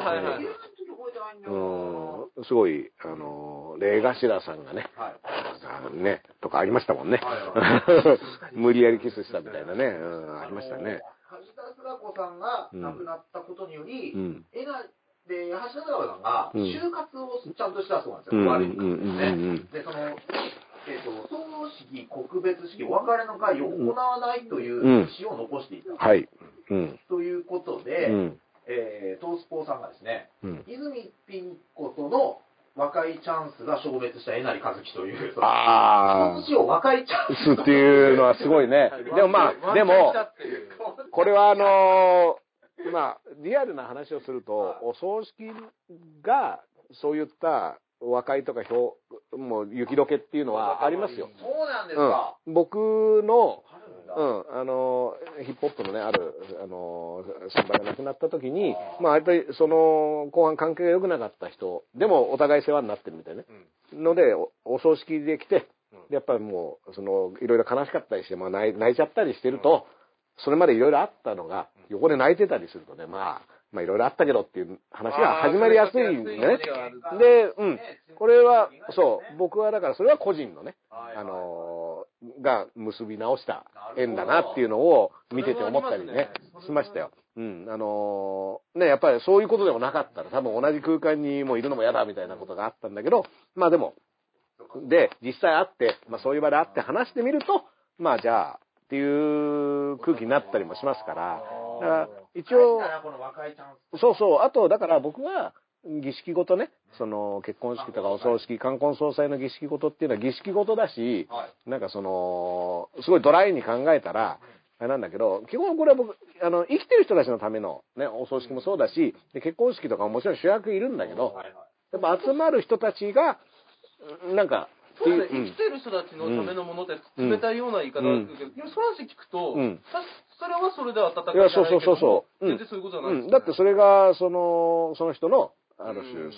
すごい、霊頭さんがね、とかありましたもんね。無理やりキスしたみたいなね、ありましたね。 橋田壽賀子さんが亡くなったことにより、で、橋田壽賀子さんが就活をちゃんとしたそうなんですよ。で、葬式、告別式、お別れの会を行わないという意思を残していた。ということで、トースポーさんがですね、泉ピン子との和解チャンスが消滅したえなりかずきという、その死を和解チャンスっていうのはすごいね。でも、これはリアルな話をすると、お葬式がそういった和解とかもう雪解けっていうのはありますよ。 そうなんですか。 僕の、ヒップホップのね、ある、先輩が亡くなった時に、やっぱり後半関係が良くなかった人、でもお互い世話になってるみたいなので、お葬式で来て、やっぱりもう、いろいろ悲しかったりして、泣いちゃったりしてると、それまでいろいろあったのが、横で泣いてたりするとね、いろいろあったけどっていう話が始まりやすいんでね。で、これは、僕はだからそれは個人のね、が結び直した縁だなっていうのを見てて思ったりね、しましたよ。やっぱりそういうことでもなかったら、多分同じ空間にもういるのも嫌だみたいなことがあったんだけど、でも、実際会って、そういう場で会って話してみると、じゃあ、っていう空気になったりもしますから、だから一応、あと、だから僕は、儀式ごとね、結婚式とかお葬式、冠婚葬祭の儀式ごとっていうのは儀式ごとだし、なんかすごいドライに考えたら、あれなんだけど、基本これは僕、生きてる人たちのためのね、お葬式もそうだし、結婚式とかももちろん主役いるんだけど、やっぱ集まる人たちが、なんか、 そうですね、生きてる人たちのためのものって冷たいような言い方だけど、その話聞くと、それはそれで温かいじゃないけど、全然そういうことじゃないですね。 だってそれが、その人の、ある種、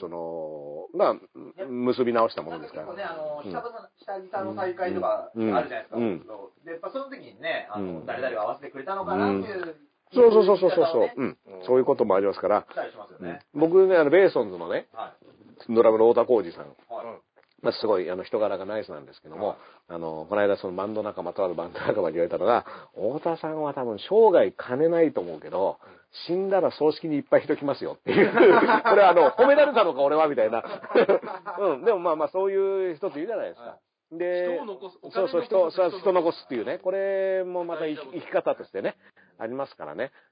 結び直したものですから。 下地さんの大会とかあるじゃないですか。で、やっぱその時にね、誰々が合わせてくれたのかなっていう。そう。 そういうこともありますから。僕ね、ベーソンズのね、ドラムの太田浩二さん。すごい、人柄がナイスなんですけども、この間とあるバンド仲間に言われたのが、太田さんは多分生涯金ないと思うけど、死んだら葬式にいっぱい人来ますよっていう。これは褒められたのか俺はみたいな。でもそういう人っているじゃないですか。で、人残すっていうね。これもまた生き方としてね、ありますからね。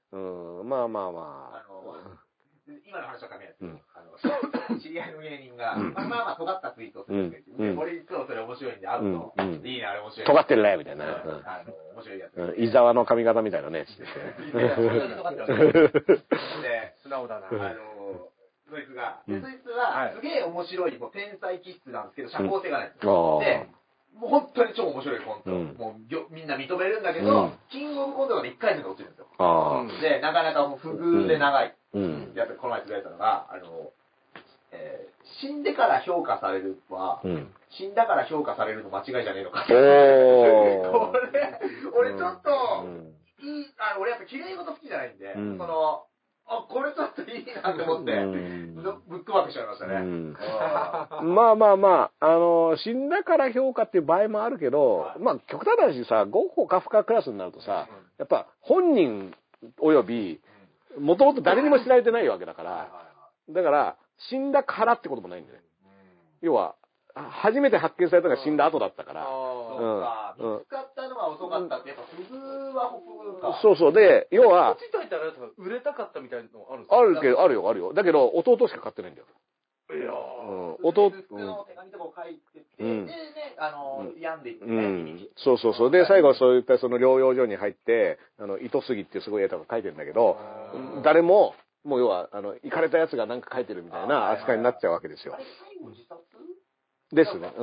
今の話は関係ないです。知り合いの芸人が、尖ったツイートをするんですけど、俺いつもそれ面白いんで会うと、いいね、あれ面白い。 尖ってるね、みたいな。 面白いやつ。 伊沢の髪型みたいなね。 素直だな。そいつは、すげえ面白い、天才気質なんですけど、社交性がないんですよ。で、もう本当に超面白いコント。もうみんな認めるんだけど、キングオブコントが1回戦で落ちるんですよ。で、なかなか不遇で長い。やっぱりこの前言われたのが、死んでから評価されるは、死んだから評価されるの間違いじゃねえのかって。俺ちょっと、俺やっぱ綺麗事好きじゃないんで、 あ、これちょっといいなって思って、ブックマークしちゃいましたね。 まあまあまあ、死んだから評価っていう場合もあるけど、まあ極端な話さ、ゴッホカフカクラスになるとさ、やっぱ本人及び、もともと誰にも知られてないわけだから、だから、死んだからってこともないんだよね。要は、初めて発見されたのが死んだ後だったから。 見つかったのが遅かったって、やっぱ不遇は不遇か。 そうそう。で、要は、 自体ってあれですか、売れたかったみたいなのあるんですか？あるけど、あるよ。だけど、弟しか買ってないんだよ。 いや弟の手紙とかを書いてて、でね、病んでいってね。 そう。で、最後そういったその療養所に入って、糸杉っていうすごい絵とか書いてるんだけど、誰も、もう要は、イカれたやつがなんか書いてるみたいな扱いになっちゃうわけですよ。 最後自殺ですね。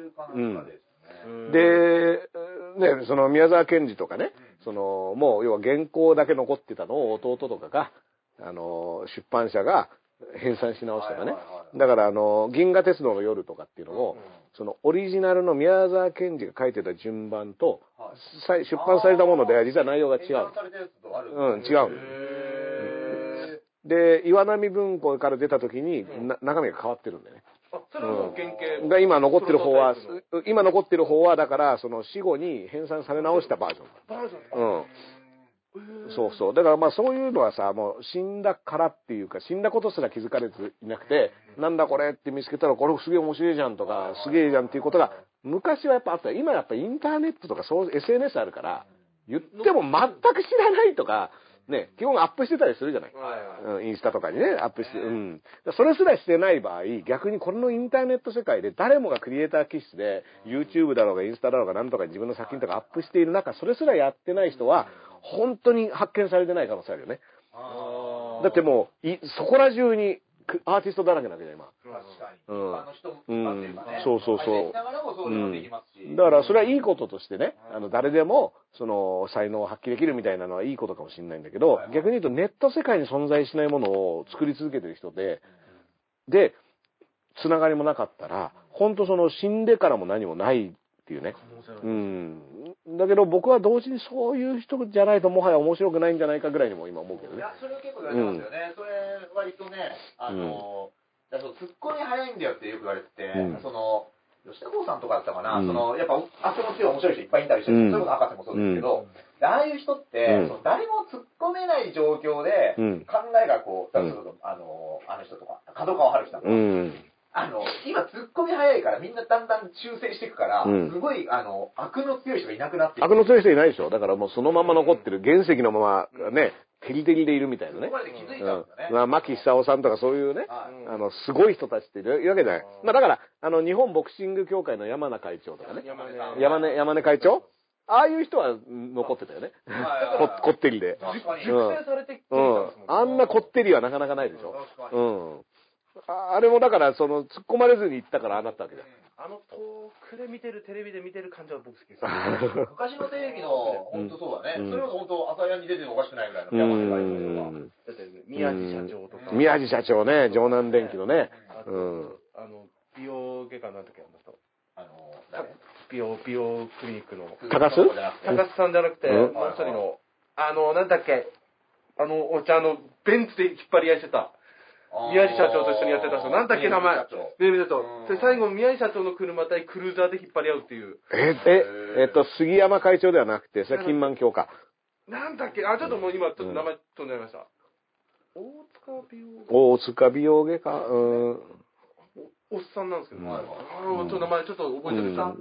で、ね、その宮沢賢治とかね、もう要は原稿だけ残ってたのを弟とかが、出版社が編纂し直したかね。だから銀河鉄道の夜とかっていうのも、そのオリジナルの宮沢賢治が書いてた順番と、出版されたものでは実は内容が違う。違う。で、岩波文庫から出た時に、中身が変わってるんだよね。 それはもう原型が今残ってる方は、だから、その死後に編纂され直したバージョン。そう。だからまあそういうのはさ、もう死んだからっていうか、死んだことすら気づかれていなくて、なんだこれって見つけたら、これすげえ面白いじゃんとか、すげえじゃんっていうことが、昔はやっぱあった。今やっぱインターネットとかSNS あるから、言っても全く知らないとか、ね、基本アップしてたりするじゃない。インスタとかにね、アップして、それすらしてない場合、逆にこのインターネット世界で誰もがクリエイター気質で、YouTube だろうがインスタだろうが何とか自分の作品とかアップしている中、それすらやってない人は、本当に発見されてない可能性あるよね。だってもう、そこら中にアーティストだらけなわけだよ、今。 確かに。他の人もっていうかね。 そう。だからそれはいいこととしてね、誰でも、その、才能を発揮できるみたいなのはいいことかもしれないんだけど、逆に言うとネット世界に存在しないものを作り続けてる人で、つながりもなかったら、本当その死んでからも何もないっていうね。だけど僕は同時にそういう人じゃないともはや面白くないんじゃないかぐらいにも今思うけどね。 いや、それは結構言われてますよね。それ割とね、ツッコミ早いんだよってよく言われてて、吉田剛さんとかだったかな、やっぱ、あそこ強い面白い人いっぱいいたりしてる。それこそ博士もそうですけど、ああいう人って、誰も突っ込めない状況で、考えがこう、例えばあの人とか、角川春樹さんとか、今突っ込み早いからみんなだんだん修正していくから、すごい、悪の強い人がいなくなってる。 悪の強い人いないでしょ。だからもうそのまま残ってる、原石のままね、テリテリでいるみたいなね。 そこまで気づいたんですよね。 牧久夫さんとかそういうね、すごい人たちっているわけじゃない。まあだから、日本ボクシング協会の山名会長とかね。山根会長ああいう人は残ってたよね。こってりで。 熟成されてきてあんなこってりはなかなかないでしょ。あれもだから、突っ込まれずに行ったからああなったわけだよ。 遠くで見てる、テレビで見てる感じは僕好きです。 昔のテレビの、本当そうだね。それこそ本当、朝やに出てもおかしくないぐらいの山根会長が。 だって、宮地社長とか。 宮地社長ね、城南電機のね。 美容外科なんだっけ、美容クリニックの。 高須さんじゃなくて、もう一人の、なんだっけ、お茶ベンツで引っ張り合いしてた。宮地社長と一緒にやってた人、なんだっけ名前。で、最後、宮地社長の車対クルーザーで引っ張り合うっていう。 杉山会長ではなくて、それは金満教か。 なんだっけ、ちょっともう今、ちょっと名前飛んじゃいました。 大塚美容外科、 おっさんなんですけど、名前ちょっと覚えてる方。ちょっ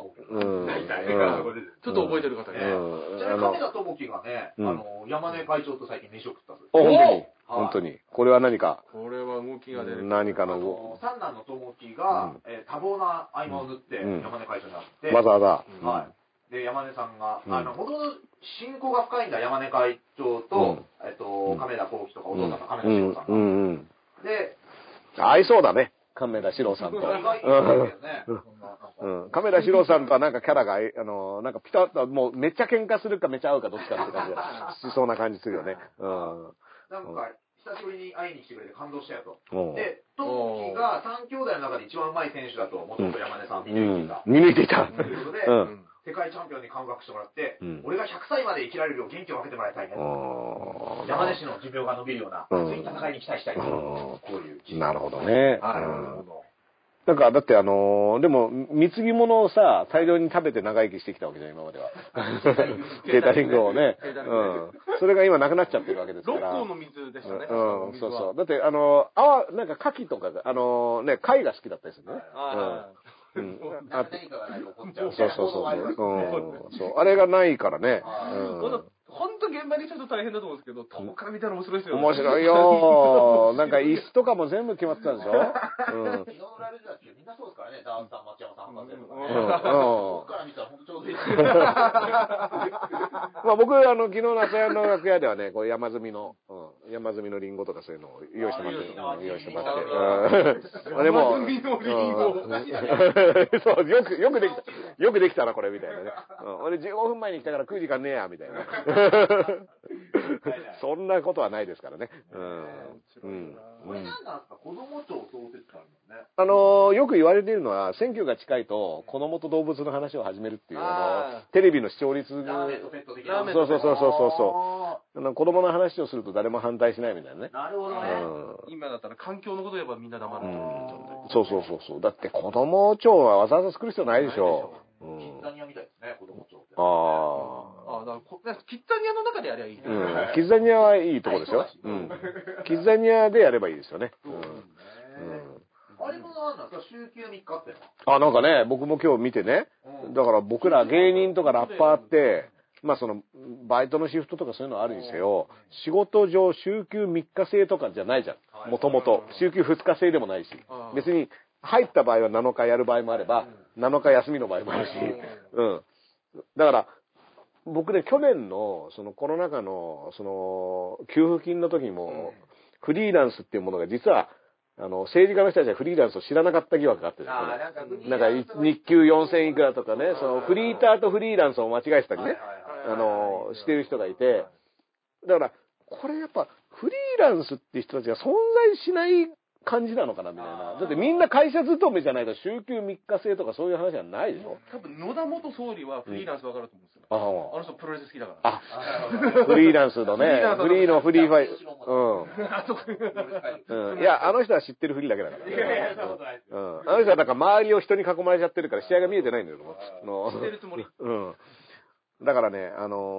と覚えてる方ね。 亀田智樹がね、山根会長と最近飯を食ったんです。 本当に。これは何か。 これは動きが出る。 何かの。 三男の智樹が、多忙な合間を縫って山根会長になって。 わざわざ。 はい。で、山根さんが、もともと親交が深いんだ、山根会長と、亀田光輝とか、お父さんの亀田史郎さんが。で、 合いそうだね。亀田史郎さんと。亀田史郎さんとはなんかキャラが、なんかピタッと、もうめっちゃ喧嘩するかめっちゃ合うかどっちかって感じがしそうな感じするよね。 なんか、久しぶりに会いに来てくれて感動したよと。で、智樹が3兄弟の中で一番うまい選手だと、もともと山根さん見抜いていた。 見抜いていた。 ということで、世界界チャンピオンに感覚してもらって、俺が100歳まで生きられるよう元気を分けてもらいたいね。山根氏の寿命が伸びるような、熱い戦いに期待したい。こういう。 なるほどね。なんか、だってでも、貢ぎ物をさ、大量に食べて長生きしてきたわけじゃん、今までは。ケータリングをね。それが今なくなっちゃってるわけですから。 六甲の水でしたね。 そうそう。だって、なんか牡蠣とかが、ね、貝が好きだったりするね。 何かがないと怒っちゃう。 そう。あれがないからね。 本当現場にちょっと大変だと思うんですけど、遠くから見たら面白いですよね。 面白いよ。なんか椅子とかも全部決まってたんでしょ。 昨日のライブだってみんなそうですからね。ダースさん、町山さん、博士とかね。遠くから見たら本当ちょうどいいです。 まあ僕、昨日の朝屋の楽屋ではね、こう山積みのリンゴとかそういうのを用意してもらって。用意してもらって。あれも。 山積みのリンゴ。 そう、よくできたな、これ、みたいなね。俺15分前に来たから食う時間ねえや、みたいな。そんなことはないですからね。 これなんなんですか、子供庁創設なんですね。 よく言われているのは、選挙が近いと子供と動物の話を始めるっていう、テレビの視聴率。 ラーメンとペット的な。 そう。子供の話をすると誰も反対しないみたいなね。 なるほどね。 今だったら環境のこと言えばみんな黙ると思っちゃったり。 そう。だって子供庁はわざわざ作る必要ないでしょ。 キッザニアみたいですね、子供庁って。 だからキッザニアの中でやりゃいい。 キッザニアはいいとこですよ。キッザニアでやればいいですよね。 あれもなんなんですか、週休3日って。 なんかね、僕も今日見てね、だから僕ら芸人とかラッパーって、まあバイトのシフトとかそういうのあるにせよ、仕事上週休3日制とかじゃないじゃん。もともと。週休2日制でもないし。別に入った場合は7日やる場合もあれば、7日休みの場合もあるし。だから、僕ね、去年のコロナ禍の給付金の時も、フリーランスっていうものが実は、政治家の人たちはフリーランスを知らなかった疑惑があってですね。なんか日給4000いくらとかね、フリーターとフリーランスを間違えてたりね、してる人がいて、だから、これやっぱ、フリーランスっていう人たちが存在しない感じなのかなみたいな。だってみんな会社勤めじゃないと週休3日制とかそういう話はないでしょ。 多分野田元総理はフリーランス分かると思うんですよ。あの人プロレス好きだから 。フリーランスのね、フリーのフリーファイ。いや、あの人は知ってるフリーだけだから。あの人はなんか周りを人に囲まれちゃってるから試合が見えてないんだよ。 知ってるつもり。 だからね、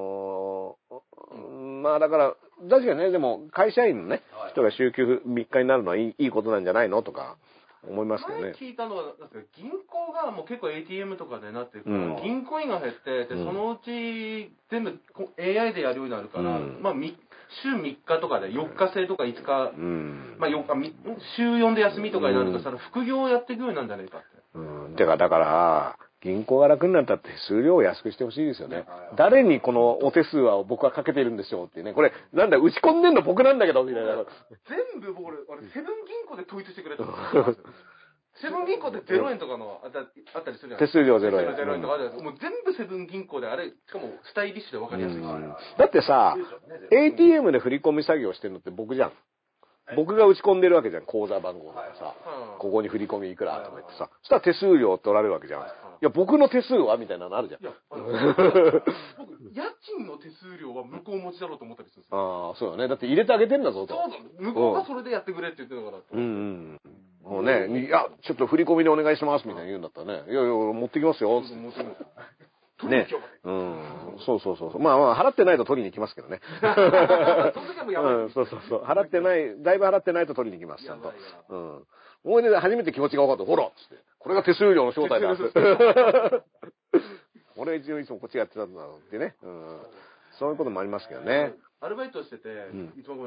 まあだから、確かにね、でも会社員のね、人が週休3日になるのはいいことなんじゃないのとか思いますけどね。 前聞いたのは、銀行がもう結構 ATM とかでなってるから、銀行員が減って、そのうち全部 AI でやるようになるから、まあ週3日とかで4日制とか5日、まあ4日、週4で休みとかになるとしたら副業をやっていくようになるんじゃないかって。 だから、銀行が楽になったって数量を安くしてほしいですよね。誰にこのお手数は僕はかけてるんでしょうっていうね。これ、なんだ、打ち込んでんの僕なんだけど、みたいな。 全部僕、セブン銀行で統一してくれた。セブン銀行で0円とかのあったりするじゃないですか。 手数料0円。 0円とかあるやつ。もう全部セブン銀行であれ、しかもスタイリッシュで分かりやすいし。 だってさ、ATM で振り込み作業してるのって僕じゃん。僕が打ち込んでるわけじゃん、口座番号とかさ。ここに振り込みいくらとか言ってさ。そしたら手数料取られるわけじゃん。いや、僕の手数はみたいなのあるじゃん。 いや、僕、家賃の手数料は向こう持ちだろうと思ったりするんですよ。そうよね。だって入れてあげてんだぞと。 そうだ。向こうがそれでやってくれって言ってたから。 もうね、いや、ちょっと振り込みでお願いしますみたいな言うんだったらね。いや、持ってきますよ。 持ってきます。 ね。そう。まあ、払ってないと取りに行きますけどね。 その時はもうやばい。 そう。払ってない、だいぶ払ってないと取りに行きます、ちゃんと。もうね、初めて気持ちが分かった。ほらっつって。これが手数料の正体だって。俺一応いつもこっちやってたんだろうってね。そういうこともありますけどね。 アルバイトしてて、いつも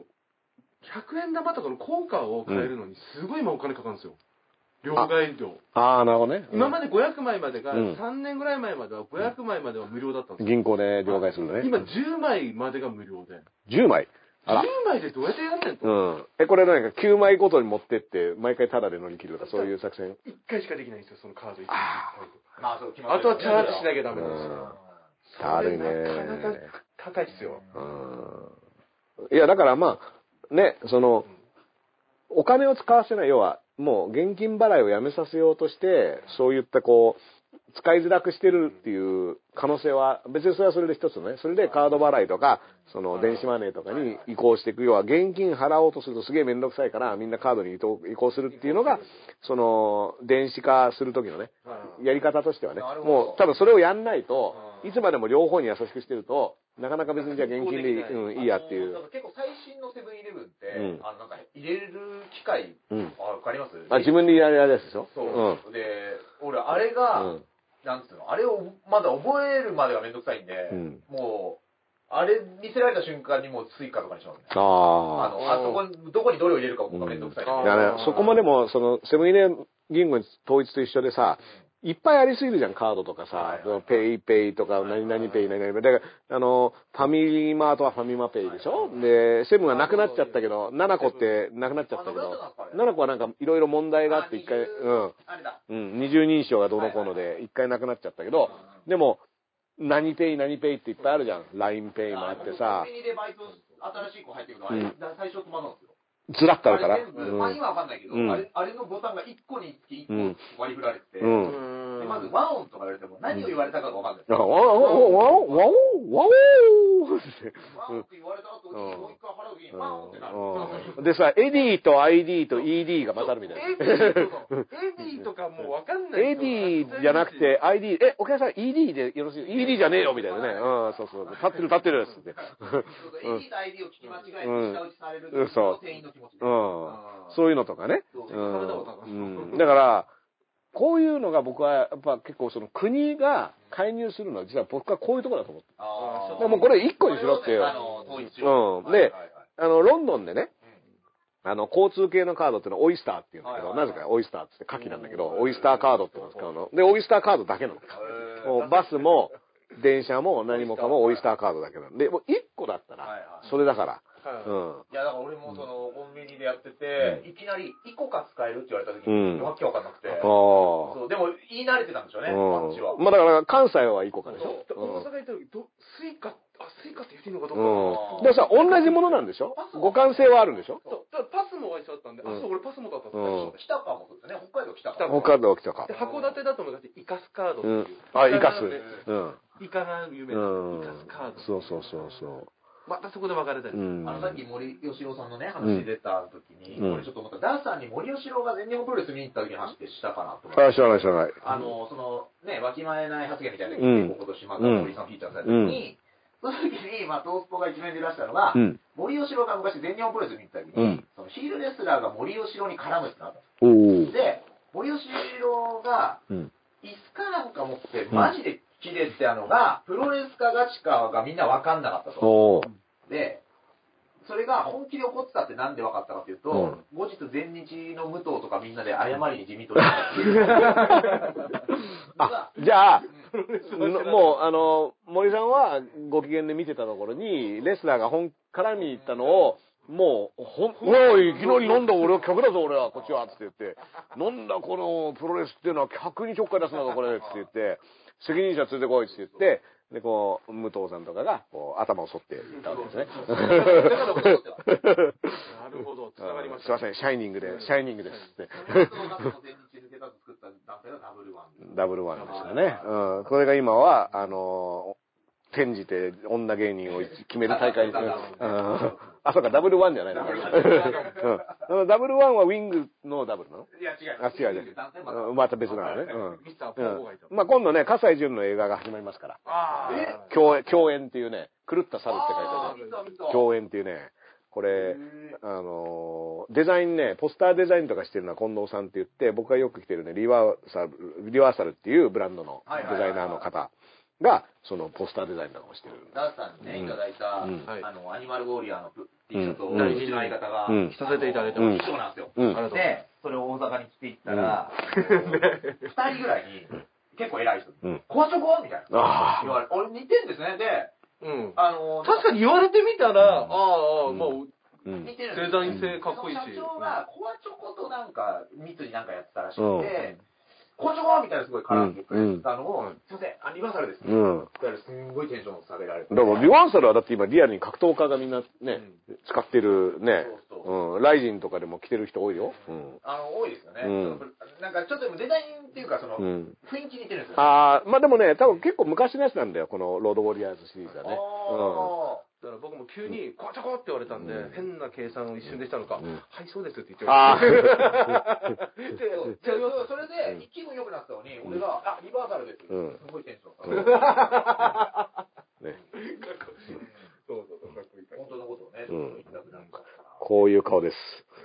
100円玉とかの硬貨を買えるのにすごい今お金かかるんですよ。両替料。 なるほどね。 今まで500枚までが、3年ぐらい前までは500枚までは無料だったんですよ。 銀行で両替するのね。 今10枚までが無料で。 10枚 10枚でどうやってやんねんと。 これなんか9枚ごとに持ってって、毎回タダで乗り切るとか、そういう作戦。 1回しかできないんですよ、そのカード1回。 あとはチャージしなきゃダメなんですよ。 あるね。 なかなか高いっすよ。 いや、だからまあ、ね、お金を使わせない、要は、もう現金払いをやめさせようとして、そういった使いづらくしてるっていう可能性は、別にそれはそれで一つね。それでカード払いとか、その電子マネーとかに移行していく。要は現金払おうとするとすげえめんどくさいからみんなカードに移行するっていうのが、その電子化するときのね、やり方としてはね。もう多分それをやんないと、いつまでも両方に優しくしてると、なかなか別にじゃあ現金でいいやっていう。 結構最新のセブンイレブンって、なんか入れる機械、わかります？ 自分でやるやつでしょ？ そう。で、俺、あれが、なんつうの、あれをまだ覚えるまでがめんどくさいんで、もう、あれ見せられた瞬間にもうスイカとかにしますね。どこにどれを入れるか僕がめんどくさい。 そこもでも、その、セブンイレ銀行統一と一緒でさ、いっぱいありすぎるじゃん、カードとかさ。ペイペイとか、何々ペイ、何々ペイ。だから、ファミリーマートはファミマペイでしょ？で、セブンはなくなっちゃったけど、7個ってなくなっちゃったけど、7個はなんかいろいろ問題があって一回、二重認証がどうのこうので、一回なくなっちゃったけど、でも、何ペイっていっぱいあるじゃん。LINEペイもあってさ。 コンビニでバイト、新しい子入ってくるの、あれ、最初戸惑うんですよ。 ずらっとあるから。 今わかんないけど、あれのボタンが1個につき1個割り振られてて、でまず和音とか言われても何を言われたかがわかんない。 ワオワオって言われた後にもう一回払う時にワオってなる。 でさ、エディと ID と ED が混ざるみたいな。 エディとかもうわかんない。 エディじゃなくて ID、お客さん ED でよろしい？ ED じゃねえよみたいなね。そうそう。立ってるっつって。 エディと ID を聞き間違えて下打ちされると店員の気持ち。 そういうのとかね。だから、こういうのが僕はやっぱ結構その国が介入するのは実は僕はこういうところだと思って。もうこれ一個にしろってよ。で、ロンドンでね、交通系のカードっていうのはオイスターっていうんだけど、なぜかオイスターって牡蠣なんだけど、オイスターカードってのを使うの。で、オイスターカードだけなの。バスも電車も何もかもオイスターカードだけなの。で、もう一個だったら、それだから。 いや、だから俺もその、コンビニでやってて、いきなり、1個か使えるって言われた時に、わけわかんなくて。そう、でも、言い慣れてたんでしょうね、あっちは。 まあだから、関西は1個かでしょ。 大阪行った時、スイカって言っていいのかどうか。 でもさ、同じものなんでしょ？互換性はあるんでしょ？ そう。パスも一緒だったんで、俺パスもだったんです北かもそうですね。北海道北か。 北海道北か。 函館だと思うだって、イカスカードっていう。 イカス。 イカが有名なイカスカード。 そう。 またそこで分かれたり。 さっき森喜朗さんのね、話出た時に、俺ちょっと思った。ダーさんに森喜朗が全日本プロレス見に行った時に話ってしたかなと思って。 知らない。 その、ね、わきまえない発言みたいなのが今年また森さんフィーチャーされた時に、その時に、トースポが一面で出したのが、森喜朗が昔全日本プロレス見に行った時に、そのヒールレスラーが森喜朗に絡むってなったんです。で、森喜朗が、椅子かなんか持って、マジで切れてたのが、プロレスかガチかがみんな分かんなかったと。で、それが本気で怒ってたってなんで分かったかというと、後日全日の武藤とかみんなで謝りに自民党に行ったっていう。 じゃあ、もう、森さんはご機嫌で見てたところに、レスラーが絡みに行ったのを、もう、おい、いきなりなんだ俺は客だぞ俺は、こっちは、つって言って、なんだこのプロレスっていうのは客にちょっかい出すんだぞこれ、つって言って、責任者連れてこいって言って、で、こう、武藤さんとかが、こう、頭を反っていったわけですね。 なるほど、つながりました。 すいません、シャイニングですって。ダブルワンでしたね。これが今は、転じて女芸人を決める大会に。そうか、ダブルワンじゃないの。ダブルワンはウィングのダブルなの？ いや、違う。 また別なのね。まあ今度ね、葛西潤の映画が始まりますから。共演っていうね、狂った猿って書いてある。共演っていうね、これ、デザインね、ポスターデザインとかしてるのは近藤さんって言って、僕がよく着てるね、リワーサルっていうブランドのデザイナーの方が、そのポスターデザインなんかをしてる。 ダーさんにね、いただいた、アニマルウォリアーの T シャツを、うちの相方が、 着させていただいてます。 そうなんですよ。で、それを大阪に着ていったら、2人ぐらいに、結構偉い人に、コアチョコみたいな。言われて、俺似てんですね。で、 確かに言われてみたら、もう、 似てるデザイン性かっこいいし。 社長がコアチョコとなんか、密になんかやってたらしくて、コアチョコみたいなすごい絡んでくれたのを、すいません、リバーサルです。だからすんごいテンション下げられて。 だからリバーサルはだって今リアルに格闘家がみんなね、使ってるね、 ライジンとかでも着てる人多いよ。 多いですよね。なんかちょっとデザインっていうか、その、雰囲気似てるんですよね。 まあでもね、多分結構昔のやつなんだよ、このロードウォリアーズシリーズはね。 だから僕も急にコチョコって言われたんで、変な計算を一瞬でしたのか、はい、そうですって言ってました。 それで、気分良くなったのに、俺が、リバーサルです。すごいテンション。ね。そう、かっこいい。本当のことをね、言いたくなるから。 こういう顔です。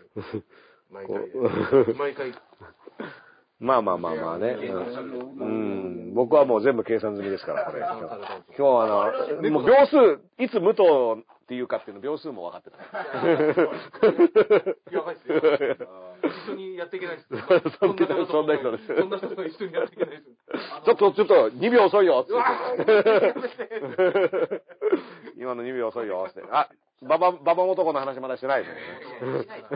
毎回。 まあね。僕はもう全部計算済みですから、これ。今日はもう秒数、いつ武藤っていうかっていうの秒数も分かってた。 やばいっすよ。一緒にやっていけないです。 そんな人です。 そんな人と一緒にやっていけないです。 ちょっと、2秒遅いよって。今の2秒遅いよって。ババ男の話まだしてないですね。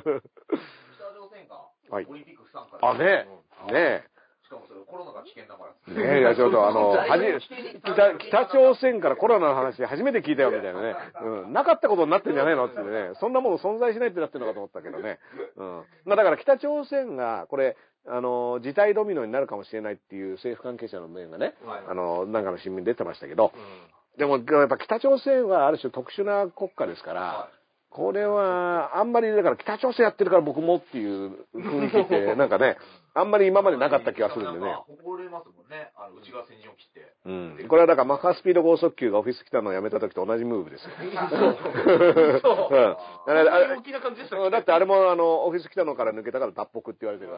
オリンピック不参加。 ねえ。 しかもそれコロナが危険だから。 ねえ、いやちょっと北朝鮮からコロナの話初めて聞いたよみたいなね。なかったことになってんじゃねえのってね。そんなもの存在しないってなってるのかと思ったけどね。まあだから北朝鮮がこれ、事態ドミノになるかもしれないっていう政府関係者の面がね、なんかの新聞に出てましたけど、でもやっぱ北朝鮮はある種特殊な国家ですから、これは、あんまり、だから北朝鮮やってるから僕もっていう雰囲気って、なんかね、あんまり今までなかった気がするんでね。 誇れますもんね。内側先陣を切って。 これはだからマッハスピード剛速球がオフィス来たのをやめた時と同じムーブですよ。 大きな感じでしただってあれもオフィス来たのから抜けたから脱北って言われてるから。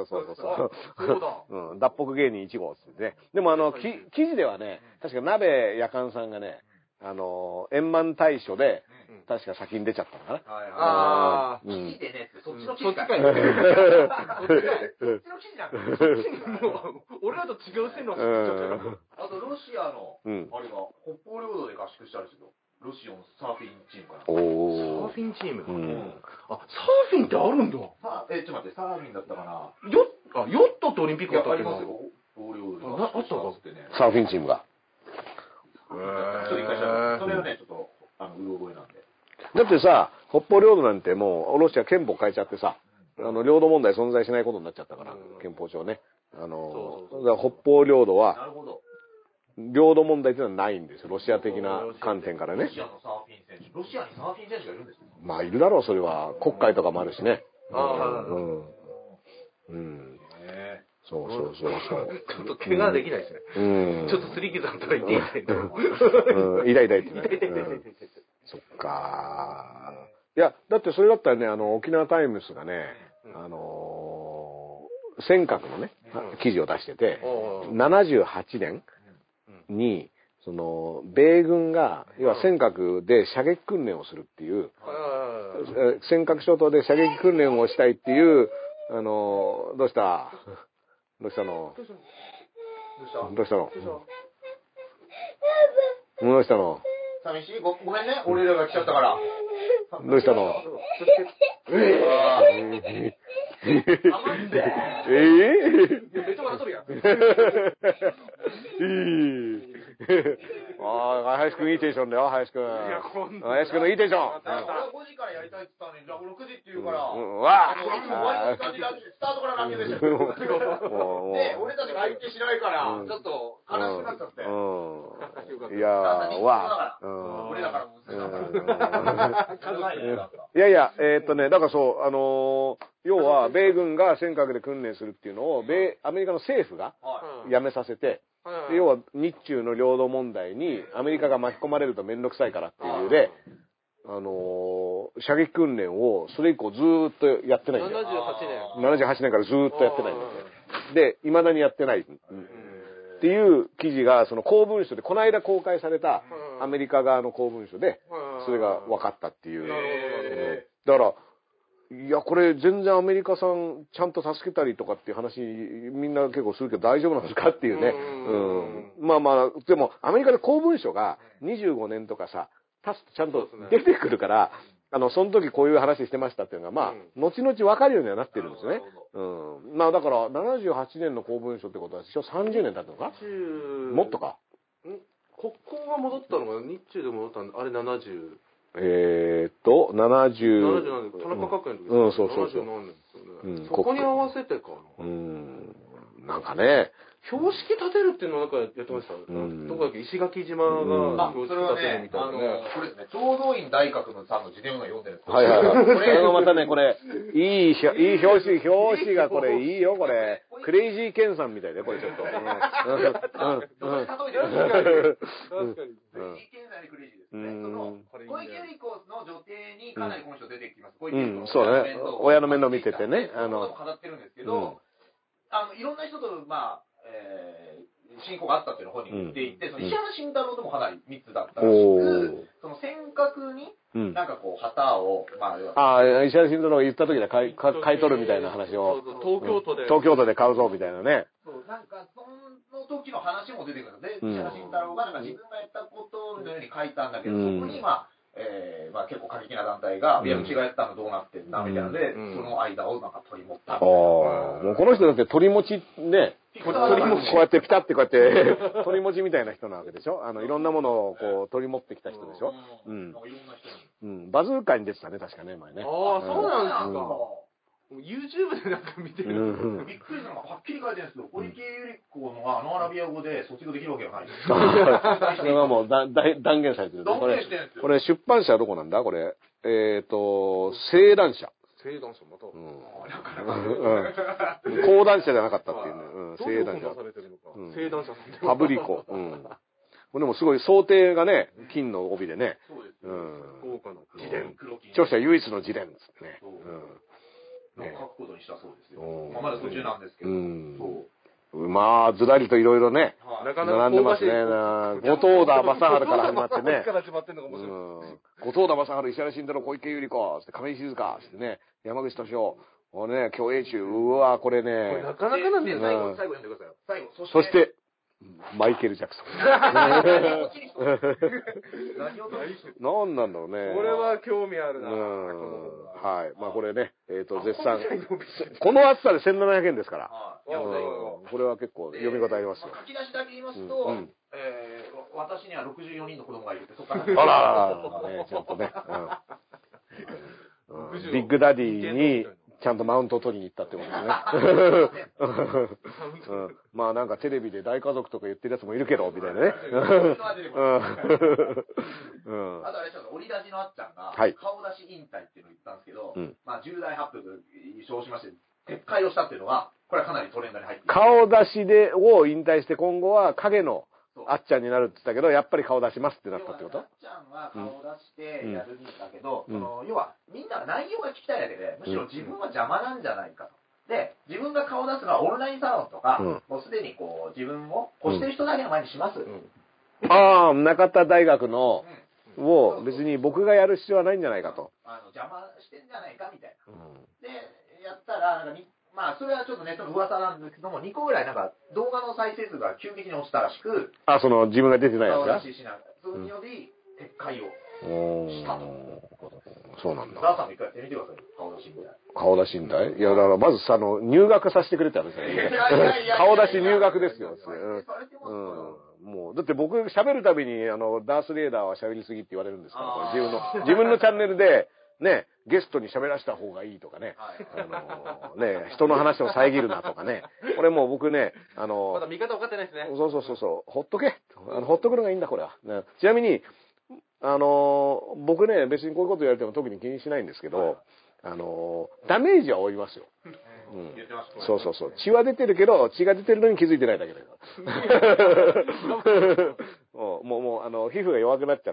そう。脱北芸人1号ってね。でも記事ではね、確か鍋やかんさんがね、円満対処で、確か先に出ちゃったのかな。 記事でね、そっちの記事かい。そっちの記事なんだ。 俺らと違う線路を知っちゃったよ。 あと、ロシアの、あれが、北方領土で合宿したんですよ。ロシアのサーフィンチームから。 サーフィンチームサーフィンってあるんだ。 ちょっと待って、サーフィンだったかな。 ヨットってオリンピックやったっけな。 ありますよ。北方領土で。 あったかってね。サーフィンチームが。 それはね、ちょっと、うろ覚えなんで。 だってさ、北方領土なんてもう、ロシア憲法変えちゃってさ、領土問題存在しないことになっちゃったから、憲法上ね。だから北方領土は、領土問題っていうのはないんですよ。ロシア的な観点からね。 ロシアのサーフィン選手。ロシアにサーフィン選手がいるんですよ。 まあ、いるだろう、それは。国会とかもあるしね。そう。 ちょっと怪我できないですね。ちょっと擦り傷あったら痛い。 痛いってね。そっか。いや、だってそれだったらね、沖縄タイムスがね、尖閣のね、記事を出してて、78年に、米軍が、要は尖閣で射撃訓練をするっていう、尖閣諸島で射撃訓練をしたいっていう、どうしたの寂しいごめんね、俺らが来ちゃったから。 どうしたのめっちゃ笑っとるやん。 林くんいいテンションだよ、林くん。林くんのいいテンション。 俺は5時からやりたいって言ったのに、じゃあ6時って言うから、 わいつもワイドスタートから乱入でしたよ。で、俺たちが相手しないから、ちょっと悲しくなっちゃって。 いや俺だからもいやいや、だからそう、要は、米軍が尖閣で訓練するっていうのを、アメリカの政府がやめさせて、要は日中の領土問題にアメリカが巻き込まれるとめんどくさいからっていう理由で、射撃訓練をそれ以降ずーっとやってないんだよ。78年からずーっとやってないんだよね。で、未だにやってない。っていう記事が、その公文書で、この間公開されたアメリカ側の公文書で、それが分かったっていう。だから、いや、これ全然アメリカさんちゃんと助けたりとかっていう話、みんな結構するけど大丈夫なんですかっていうね。まあ、でもアメリカで公文書が25年とかさ、経つとちゃんと出てくるから、その時こういう話してましたっていうのが、まあ、後々分かるようにはなってるんですよね。まあだから、78年の公文書ってことは、一応30年経ったのかもっとか。 国交が戻ったのが、日中で戻ったのあれ70。 70。 70なんですか。田中角栄の時ですか。 うん、そうそうそう。 そこに合わせてかな。 なんかね、 標識立てるっていうのはなんかやってました。どこだっけ、石垣島が標識立てるみたいなね。 これですね、浄土院大覚のさんの自伝を読んでるんですけど。 はいはいはい。これまたね、これ、いい表紙がこれいいよ、これ。クレイジーケンさんみたいで、これちょっと。 例えて確かに。クレイジーケンさんにクレイジーですね。小池百合子の女帝にかなりこの人出てきます。小池百合子そうね。親の面倒見ててね。 語ってるんですけど、いろんな人と、まあ、親交があったっていうのを本人言っていて、石原慎太郎ともかなり密だったらしく、その尖閣に、なんかこう、旗を、まあ、石原慎太郎が言った時には買い取るみたいな話を、東京都で買うぞみたいなね。 なんか、その時の話も出てくるので、石原慎太郎がなんか自分がやったことのように書いたんだけど、そこに、まあ結構過激な団体が、いや、うちがやったのどうなってんだ、みたいなので、その間をなんか取り持ったみたいな。 もうこの人だって取り持ちね、こうやってピタってこうやって取り持ちみたいな人なわけでしょ。いろんなものをこう取り持ってきた人でしょ。バズーカに出てたね、確かね、前ね。 ああ、そうなんですか。YouTube でなんか見てる。 びっくりしたのが、はっきり書いてるんですけど、小池百合子のアラビア語で卒業できるわけがない。 それはもう断言されてる。これ出版社はどこなんだこれ。青蘭社。 青蘭社また。 講談社じゃなかったっていうね。青蘭社。 青蘭社さん。 パブリコ。でもすごい想定がね、金の帯でね。 豪華な自伝。 著者唯一の自伝ですね。 書くことにしたそうですよ。まだ途中なんですけど。 まあ、ずらりといろいろね、並んでますね。後藤田正治から始まってね。後藤田正治、石原慎太郎、小池百合子、亀井静香、ね、山口敏夫、ね、京栄中、うわ、これね。 なかなかなんですよ。最後読んでください。 そして、マイケル・ジャクソン。何なんだろうね。 これは興味あるな。 はい。まあこれね、絶賛。この厚さで1700円ですから。これは結構読み応えありますよ。 書き出しだけ言いますと、私には64人の子供がいるって、そこから。 あら、ちゃんとね。ビッグダディに、ちゃんとマウントを取りに行ったってことですね。まあなんかテレビで大家族とか言ってるやつもいるけど、みたいなね。 あとあれオリラジのあっちゃんが、顔出し引退っていうのを言ったんですけど、まあ重大発表と称しまして、撤回をしたっていうのが、これはかなりトレンドに入っている。 顔出しを引退して今後は影のあっちゃんになるって言ったけど、やっぱり顔出しますってなったってこと？ あっちゃんは顔出してやるんだけど、要はみんな内容が聞きたいだけで、むしろ自分は邪魔なんじゃないかと。で、自分が顔出すのはオンラインサロンとか、もうすでにこう自分を越してる人だけの前にします。 ああ、中田大学の、を別に僕がやる必要はないんじゃないかと。 邪魔してんじゃないかみたいな。で、やったら、まあ、それはちょっとネットの噂なんですけども、2個ぐらいなんか動画の再生数が急激に落ちたらしく、 自分が出てないやつがそれにより撤回をしたと。 そうなんだ。 ダーさんも一回やってみてください。顔出し引退。 顔出し引退？いや、だからまず入学させてくれって話だよね。顔出し入学ですよ。もう、だって僕喋るたびに、ダースレーダーは喋りすぎって言われるんですから、自分のチャンネルで、ね、ゲストに喋らせた方がいいとかね、人の話を遮るなとかね、これもう僕ね、 まだ見方分かってないですね。 そう、ほっとけ。ほっとくのがいいんだ、これは。ちなみに、僕ね、別にこういうこと言われても特に気にしないんですけど、ダメージは負いますよ。そう。血は出てるけど、血が出てるのに気づいてないだけだよ。もう、皮膚が弱くなっちゃって、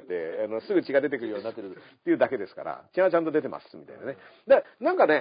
すぐ血が出てくるようになってるっていうだけですから、血はちゃんと出てます、みたいなね。なんかね、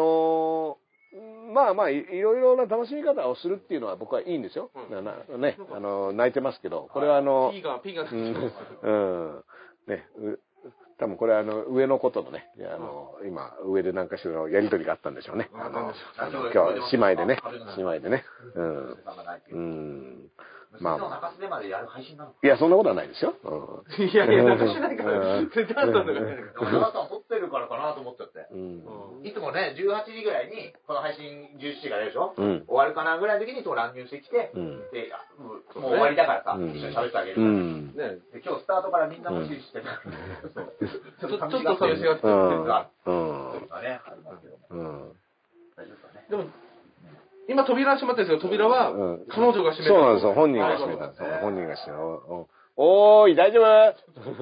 まあ、いろいろな楽しみ方をするっていうのは僕はいいんですよ。ね、泣いてますけど、これはピーがね、多分これ上のことのね、今、上でなんかしらのやりとりがあったんでしょうね。今日、姉妹でね。 まあ。中洲でまでやる配信なの？ いや、そんなことはないですよ。 いやいや、中洲ないから、絶対あったんだから。 長さん撮ってるからかなと思っちゃって。いつもね、18時ぐらいに、この配信17時からやるでしょ？終わるかなぐらいの時に乱入してきて、で、もう終わりだからさ、一緒に喋ってあげるから。で、今日スタートからみんな無視してた。ちょっと寂しがってる説がある。そういうのはね、ありますけども。大丈夫ですかね。でも、 今扉閉まってるんですけど、扉は彼女が閉めた。 そうなんですよ、本人が閉めたんですよ。本人が閉めた。おーい、大丈夫？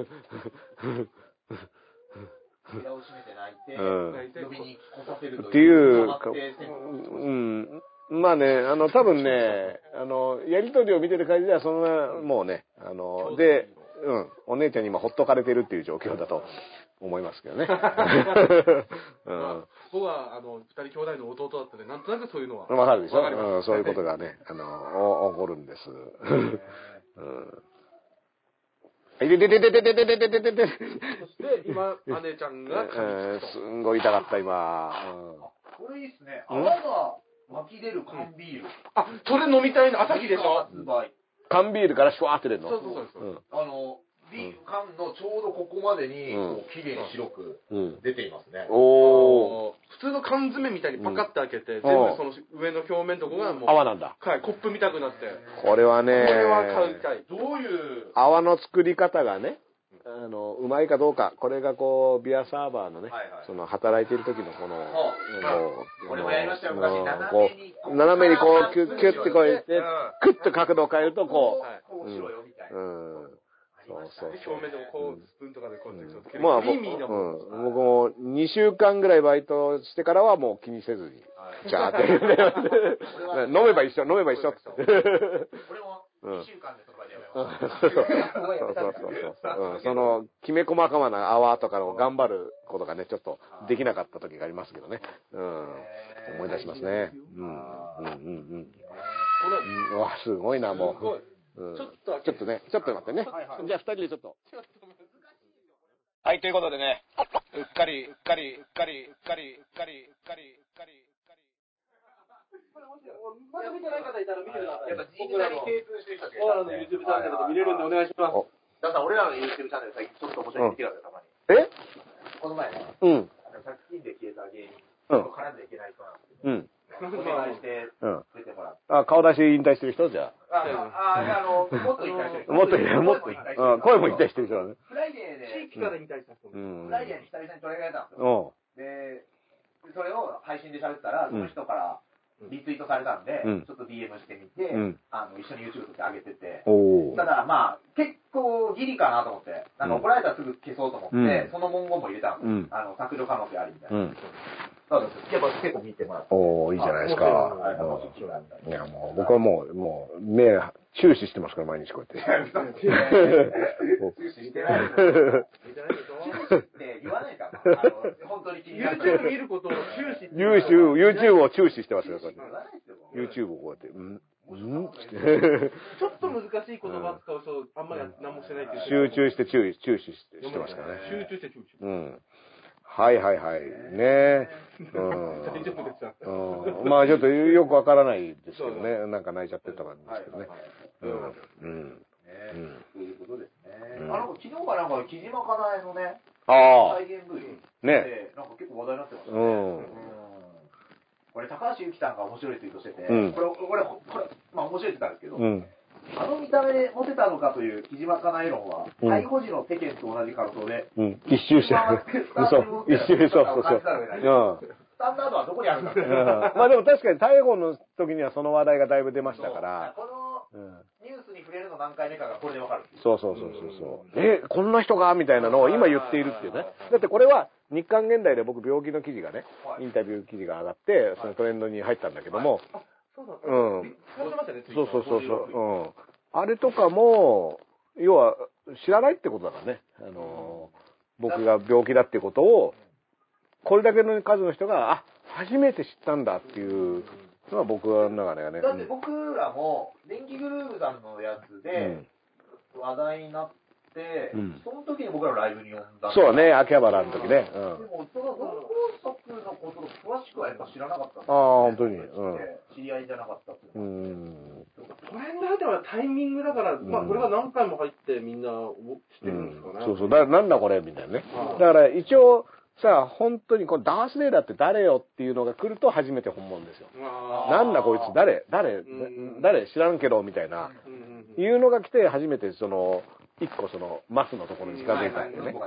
扉を閉めて泣いて、呼びに来させるという。 っていう、まあね、多分ね、やりとりを見てる限りでは、そんな、もうね、で、お姉ちゃんに今ほっとかれてるっていう状況だと思いますけどね。 僕は、二人兄弟の弟だったんで、なんとなくそういうのは。 わかるでしょ？そういうことがね、起こるんです。そして今、姉ちゃんがすんごい痛かった、今。 これいいっすね。泡が湧き出る缶ビール。 あ、それ飲みたいの、朝日でしょ？ 缶ビールからシュワーって出るの？ そう。ビール缶のちょうどここまでに、綺麗に白く出ていますね。 おー。 普通の缶詰みたいにパカって開けて、全部その上の表面とこがもう。 泡なんだ。 はい、コップ見たくなって。 これはね、 これは買いたい。 どういう泡の作り方がね、うまいかどうか、これがこう、ビアサーバーのね、その働いている時のこの、 これもやりましたよ、昔。 斜めにこう、キュッてこうやって、クッと角度を変えるとこう、 こうしろよみたいな。 そう。 表面でもこう、スプーンとかでこうやって、 まあ、僕も2週間ぐらいバイトしてからはもう気にせずに、じゃあって。飲めば一緒って。これも2週間でとかでやめます。 その、きめ細かな泡とかを頑張ることがね、ちょっとできなかった時がありますけどね。思い出しますね。うわ、すごいな、もう。ちょっとね、ちょっと待ってね。じゃあ二人でちょっと。 はい、ということでね、うっかり。 まだ見てない方いたら見てください。 やっぱ僕らの YouTube チャンネル僕らの YouTube チャンネルで見れるんでお願いします。 だから俺らの YouTube チャンネル最近ちょっと面白いのできるわけよ、たまに。この前ね、借金で消えた芸人、絡んでいけない人なんですけど、お願いして出てもらって。 顔出し引退してる人じゃあ。 もっと引退してる人。 もっと声も引退してる人だね。 フライデーで、 地域から引退した人。 フライデーに久々に取り上げられたんですよ。で、それを配信で喋ったら、その人からリツイートされたんで、ちょっと DM してみて、一緒に YouTube 撮ってあげてて、ただまあ、結構ギリかなと思って、怒られたらすぐ消そうと思って、その文言も入れたんです。削除可能性ありみたいな。やっぱ結構見てもらって。 いいじゃないですか。いや、もう、僕はもう、目、注視してますから、毎日こうやって。 注視してないですよ。注視って言わないから、本当に気になる。 YouTube 見ることを注視。 YouTube を注視してますよ、こうやって。YouTube をこうやって。 ちょっと難しい言葉使う人、あんまり何もしてないっていう。 集中して注視してますからね。 集中して注視。 はい。ねまあちょっとよくわからないですけどね。なんか泣いちゃってたんですけどね。 そういうことですね。昨日かなんか、木島かなえのね、再現 V で、なんか結構話題になってましたね。これ、高橋由紀さんが面白いツイートしてて、これ、まあ面白いって言ったんですけど、見た目でモテたのかという木島かなえ論は、逮捕時の世間と同じ感想で、 一周してる。そう。 スタンダードはどこにあるんだろう。 まあでも確かに逮捕の時にはその話題がだいぶ出ましたから。 このニュースに触れるの何回目かがこれでわかる。 そう。こんな人がみたいなのを今言っているっていうね。だってこれは日刊現代で僕病気の記事がね、インタビュー記事が上がって、そのトレンドに入ったんだけども、あれとかも、要は知らないってことだからね。僕が病気だってことを、これだけの数の人が、初めて知ったんだっていうのは僕の中ではね。 だって僕らも、電気グルーヴさんのやつで、話題になって、その時に僕らのライブに呼んだ。 そうね、秋葉原の時ね。 でも、その脳梗塞のことを詳しくはやっぱ知らなかった。 本当に。 知り合いじゃなかったっていう。 トレンド入ってからタイミングだから、まあこれが何回も入ってみんな知ってるんですかね。 そうそう、なんだこれみたいなね。だから一応、さあ、本当にこのダース・ベイダーって誰よっていうのが来ると初めて本物ですよ。なんだこいつ誰知らんけどみたいな、いうのが来て初めてその、一個その、マスのところに近づいたんでね。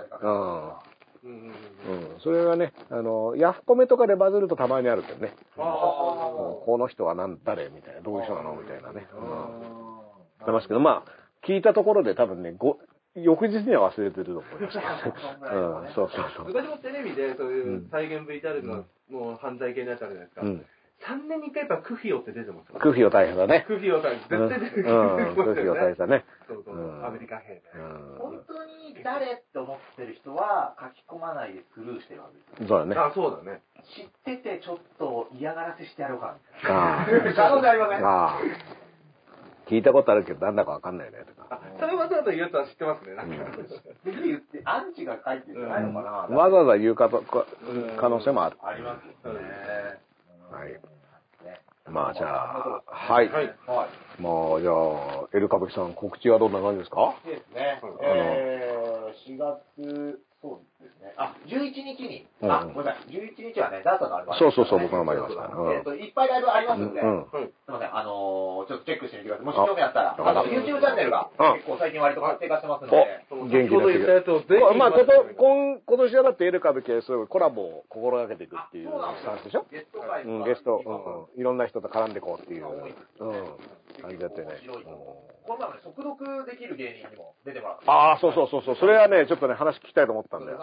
それはね、ヤフコメとかでバズるとたまにあるけどね。この人は誰みたいな、どういう人なのみたいなね。ありますけど、まあ、聞いたところで多分ね、翌日には忘れてると思いますけど。そうそうそう。 昔もテレビでそういう再現 VTR のもう犯罪系のやつあるじゃないですか。3年に1回やっぱクフィオって出てますか？ クフィオ大佐だね。 クフィオ大佐。絶対出てくる。 クフィオ大佐ね。 そうそう。アメリカ兵で。 本当に誰って思ってる人は書き込まないでスルーしてるはずです。 そうだね。 あ、そうだね。 知っててちょっと嫌がらせしてやろうかな。可能性ありません？ 聞いたことあるけどなんだかわかんないねとか。 それわざわざ言うとは知ってますね。なんか。 言ってアンチが書いてるんじゃないのかな。 わざわざ言う可能性もある。 ありますよね。 はい。まあじゃあ、はい。もうじゃあ、エル歌舞伎さん、告知はどんな感じですか？ いいですね。4月、そうですね。11日に、ごめんなさい、11日はね、ダートのあります。 そう、僕が参りますから。 いっぱいライブありますので、すいません、ちょっとチェックしてみてください。もし興味あったら、YouTube チャンネルが結構最近割と活性化してますので、 元気になってくる。まあ、今年はだってエル歌舞伎はそういうコラボを心がけていくっていうスタンスでしょ？ゲスト、いろんな人と絡んでいこうっていう感じだってね。 この前も速読できる芸人にも出てもらって。 そう。それはね、ちょっとね、話聞きたいと思ったんだよ。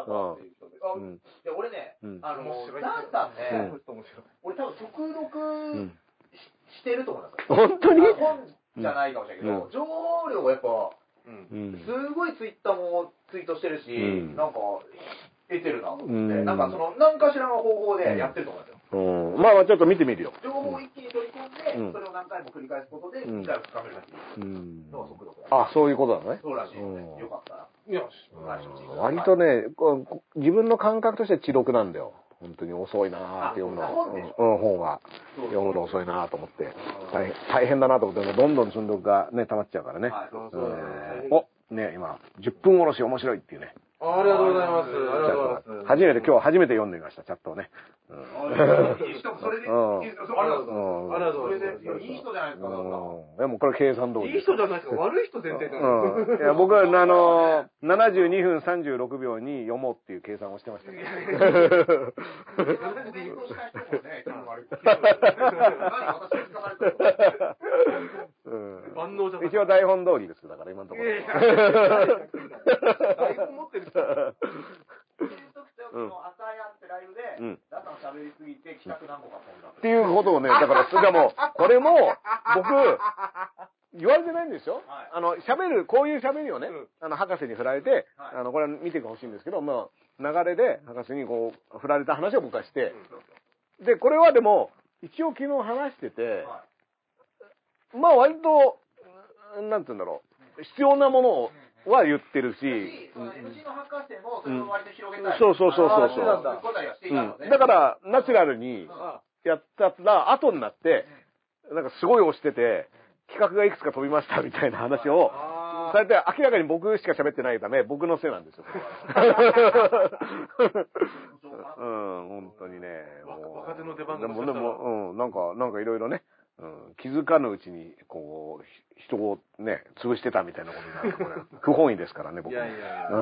俺ね、ダンさんね、俺多分速読してると思うんですよ。 本当に？ 本じゃないかもしれないけど、情報量がやっぱ、すごいツイッターもツイートしてるし、なんか、得てるなと思って、なんかその、何かしらの方法でやってると思うんですよ。 まあちょっと見てみるよ。 情報を一気に取り込んで、それを何回も繰り返すことで、理解を深めるらしい。のが速読。 そういうことだね。 そうらしいですね。よかったら。 割とね、自分の感覚としては遅読なんだよ。本当に遅いなーって読むの。本は。読むの遅いなーと思って。大変だなと思って、どんどん積んどくがね、溜まっちゃうからね。ね、今、10分おろし面白いっていうね。 ありがとうございます。ありがとうございます。 今日初めて読んでみました、チャットをね。 しかもそれで、ありがとうございます。それで、いい人じゃないですか、 でもこれ計算通り。 いい人じゃないですか、悪い人前提じゃないですか。 いや、僕は72分36秒に読もうっていう計算をしてましたね。 勉強した人もね、 一応台本通りですだから今のところ。 台本持ってる人。 朝やってライブで、ダンさん喋りすぎて企画何個か飛んだ。 っていうことをね、だから、でも、これも、僕、言われてないんですよ。こういう喋りをね、博士に振られて、これ見てほしいんですけど、まあ、流れで博士にこう、振られた話を僕はして、で、これはでも、一応昨日話してて、まあ割と、なんて言うんだろう、必要なものを、は言ってるし、 MC の博士もそれを割と広げたい。 そう。だから、ナチュラルにやったら、後になって、なんかすごい押してて、企画がいくつか飛びましたみたいな話を、されて、明らかに僕しか喋ってないため、僕のせいなんですよ。本当にね。 若手の出番が。 でも、なんかいろいろね、気づかぬうちに、こう、人をね、潰してたみたいなことになると、これ、不本意ですからね、僕。 いや。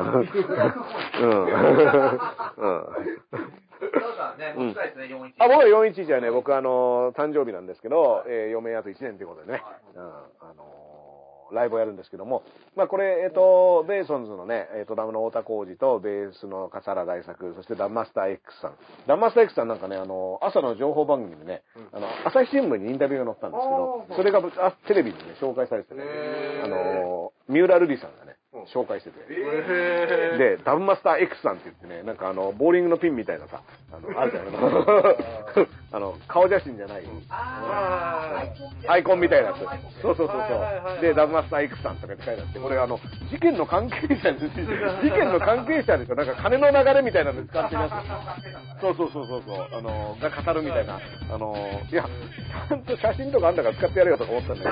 僕は411はね、僕誕生日なんですけど、余命あと1年ということでね、ライブをやるんですけども、まあこれ、ベーソンズのね、ドラムの太田浩二と、ベースの笠原大作、そしてダンマスター X さん。ダンマスター X さんなんかね、朝の情報番組でね、朝日新聞にインタビューが載ったんですけど、それがテレビにね、紹介されててね、三浦瑠麗さんがね、 紹介してて。で、ダブマスター X さんって言ってね、なんかボーリングのピンみたいなさ、あるじゃない顔写真じゃない。アイコンみたいなやつ。そう。で、ダブマスター X さんとかって書いてあって、これ事件の関係者でしょ。なんか金の流れみたいなの使ってるやつ。そう。が語るみたいな。いや、ちゃんと写真とかあんだから使ってやるよとか思ったんだけど。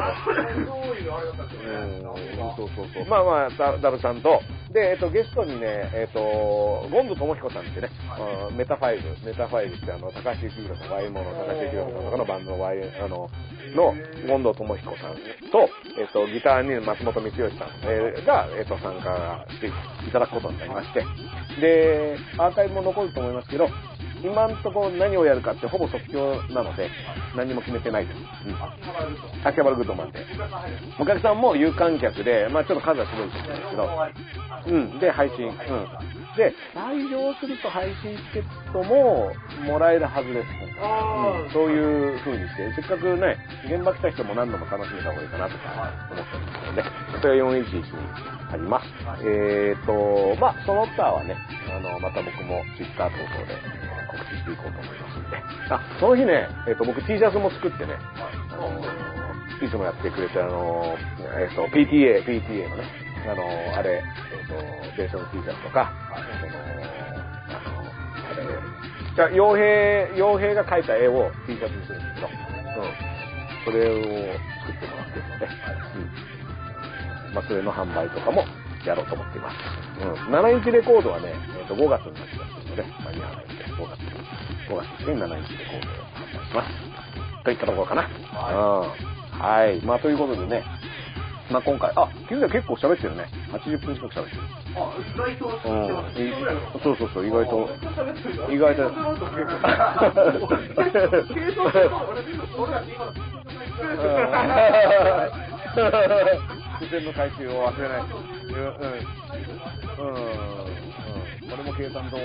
そう。まあ、ダルさんと、で、ゲストにね、ゴンゾ智彦さんってね、メタファイルって高橋幸宏さん、YMO の高橋幸宏さんとかのバンドのゴンゾ智彦さんと、ギターに松本光義さん、が、参加していただくことになりまして、で、アーカイブも残ると思いますけど、今のところ何をやるかってほぼ即興なので、何も決めてないです。秋葉原グッドマンで。お客さんも有観客で、まあちょっと数はすごいと思うんですけど、で、配信。で、来場すると配信チケットももらえるはずです。そういう風にして、せっかくね、現場来た人も何度も楽しめた方がいいかなとか思ってますので、それは411にあります。まあその他はね、また僕も Twitter 等々で告知していこうと思いますので。その日ね、僕 T シャツも作ってね、いつもやってくれてPTA のね、ベースの T シャツとか、傭兵が描いた絵を T シャツにするんですけど、それを作ってもらってるので、まあそれの販売とかもやろうと思っています。7インチレコードはね、5月になってますので、間に合わないので、5月に7インチレコードを販売します。といったところかな。はい。まあということでね、まあ今回、現在結構喋ってるね。80分近く喋ってる。 意外と、 そう、意外と。伏線の回収を忘れない。これも計算通り。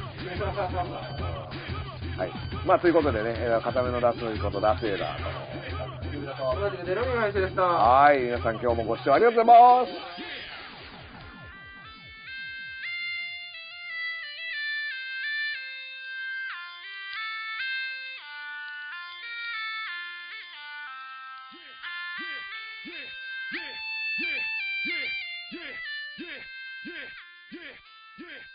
はい。まあということでね、固めのダスということダスエラーと。はい、皆さん今日もご視聴ありがとうございます。Yeah.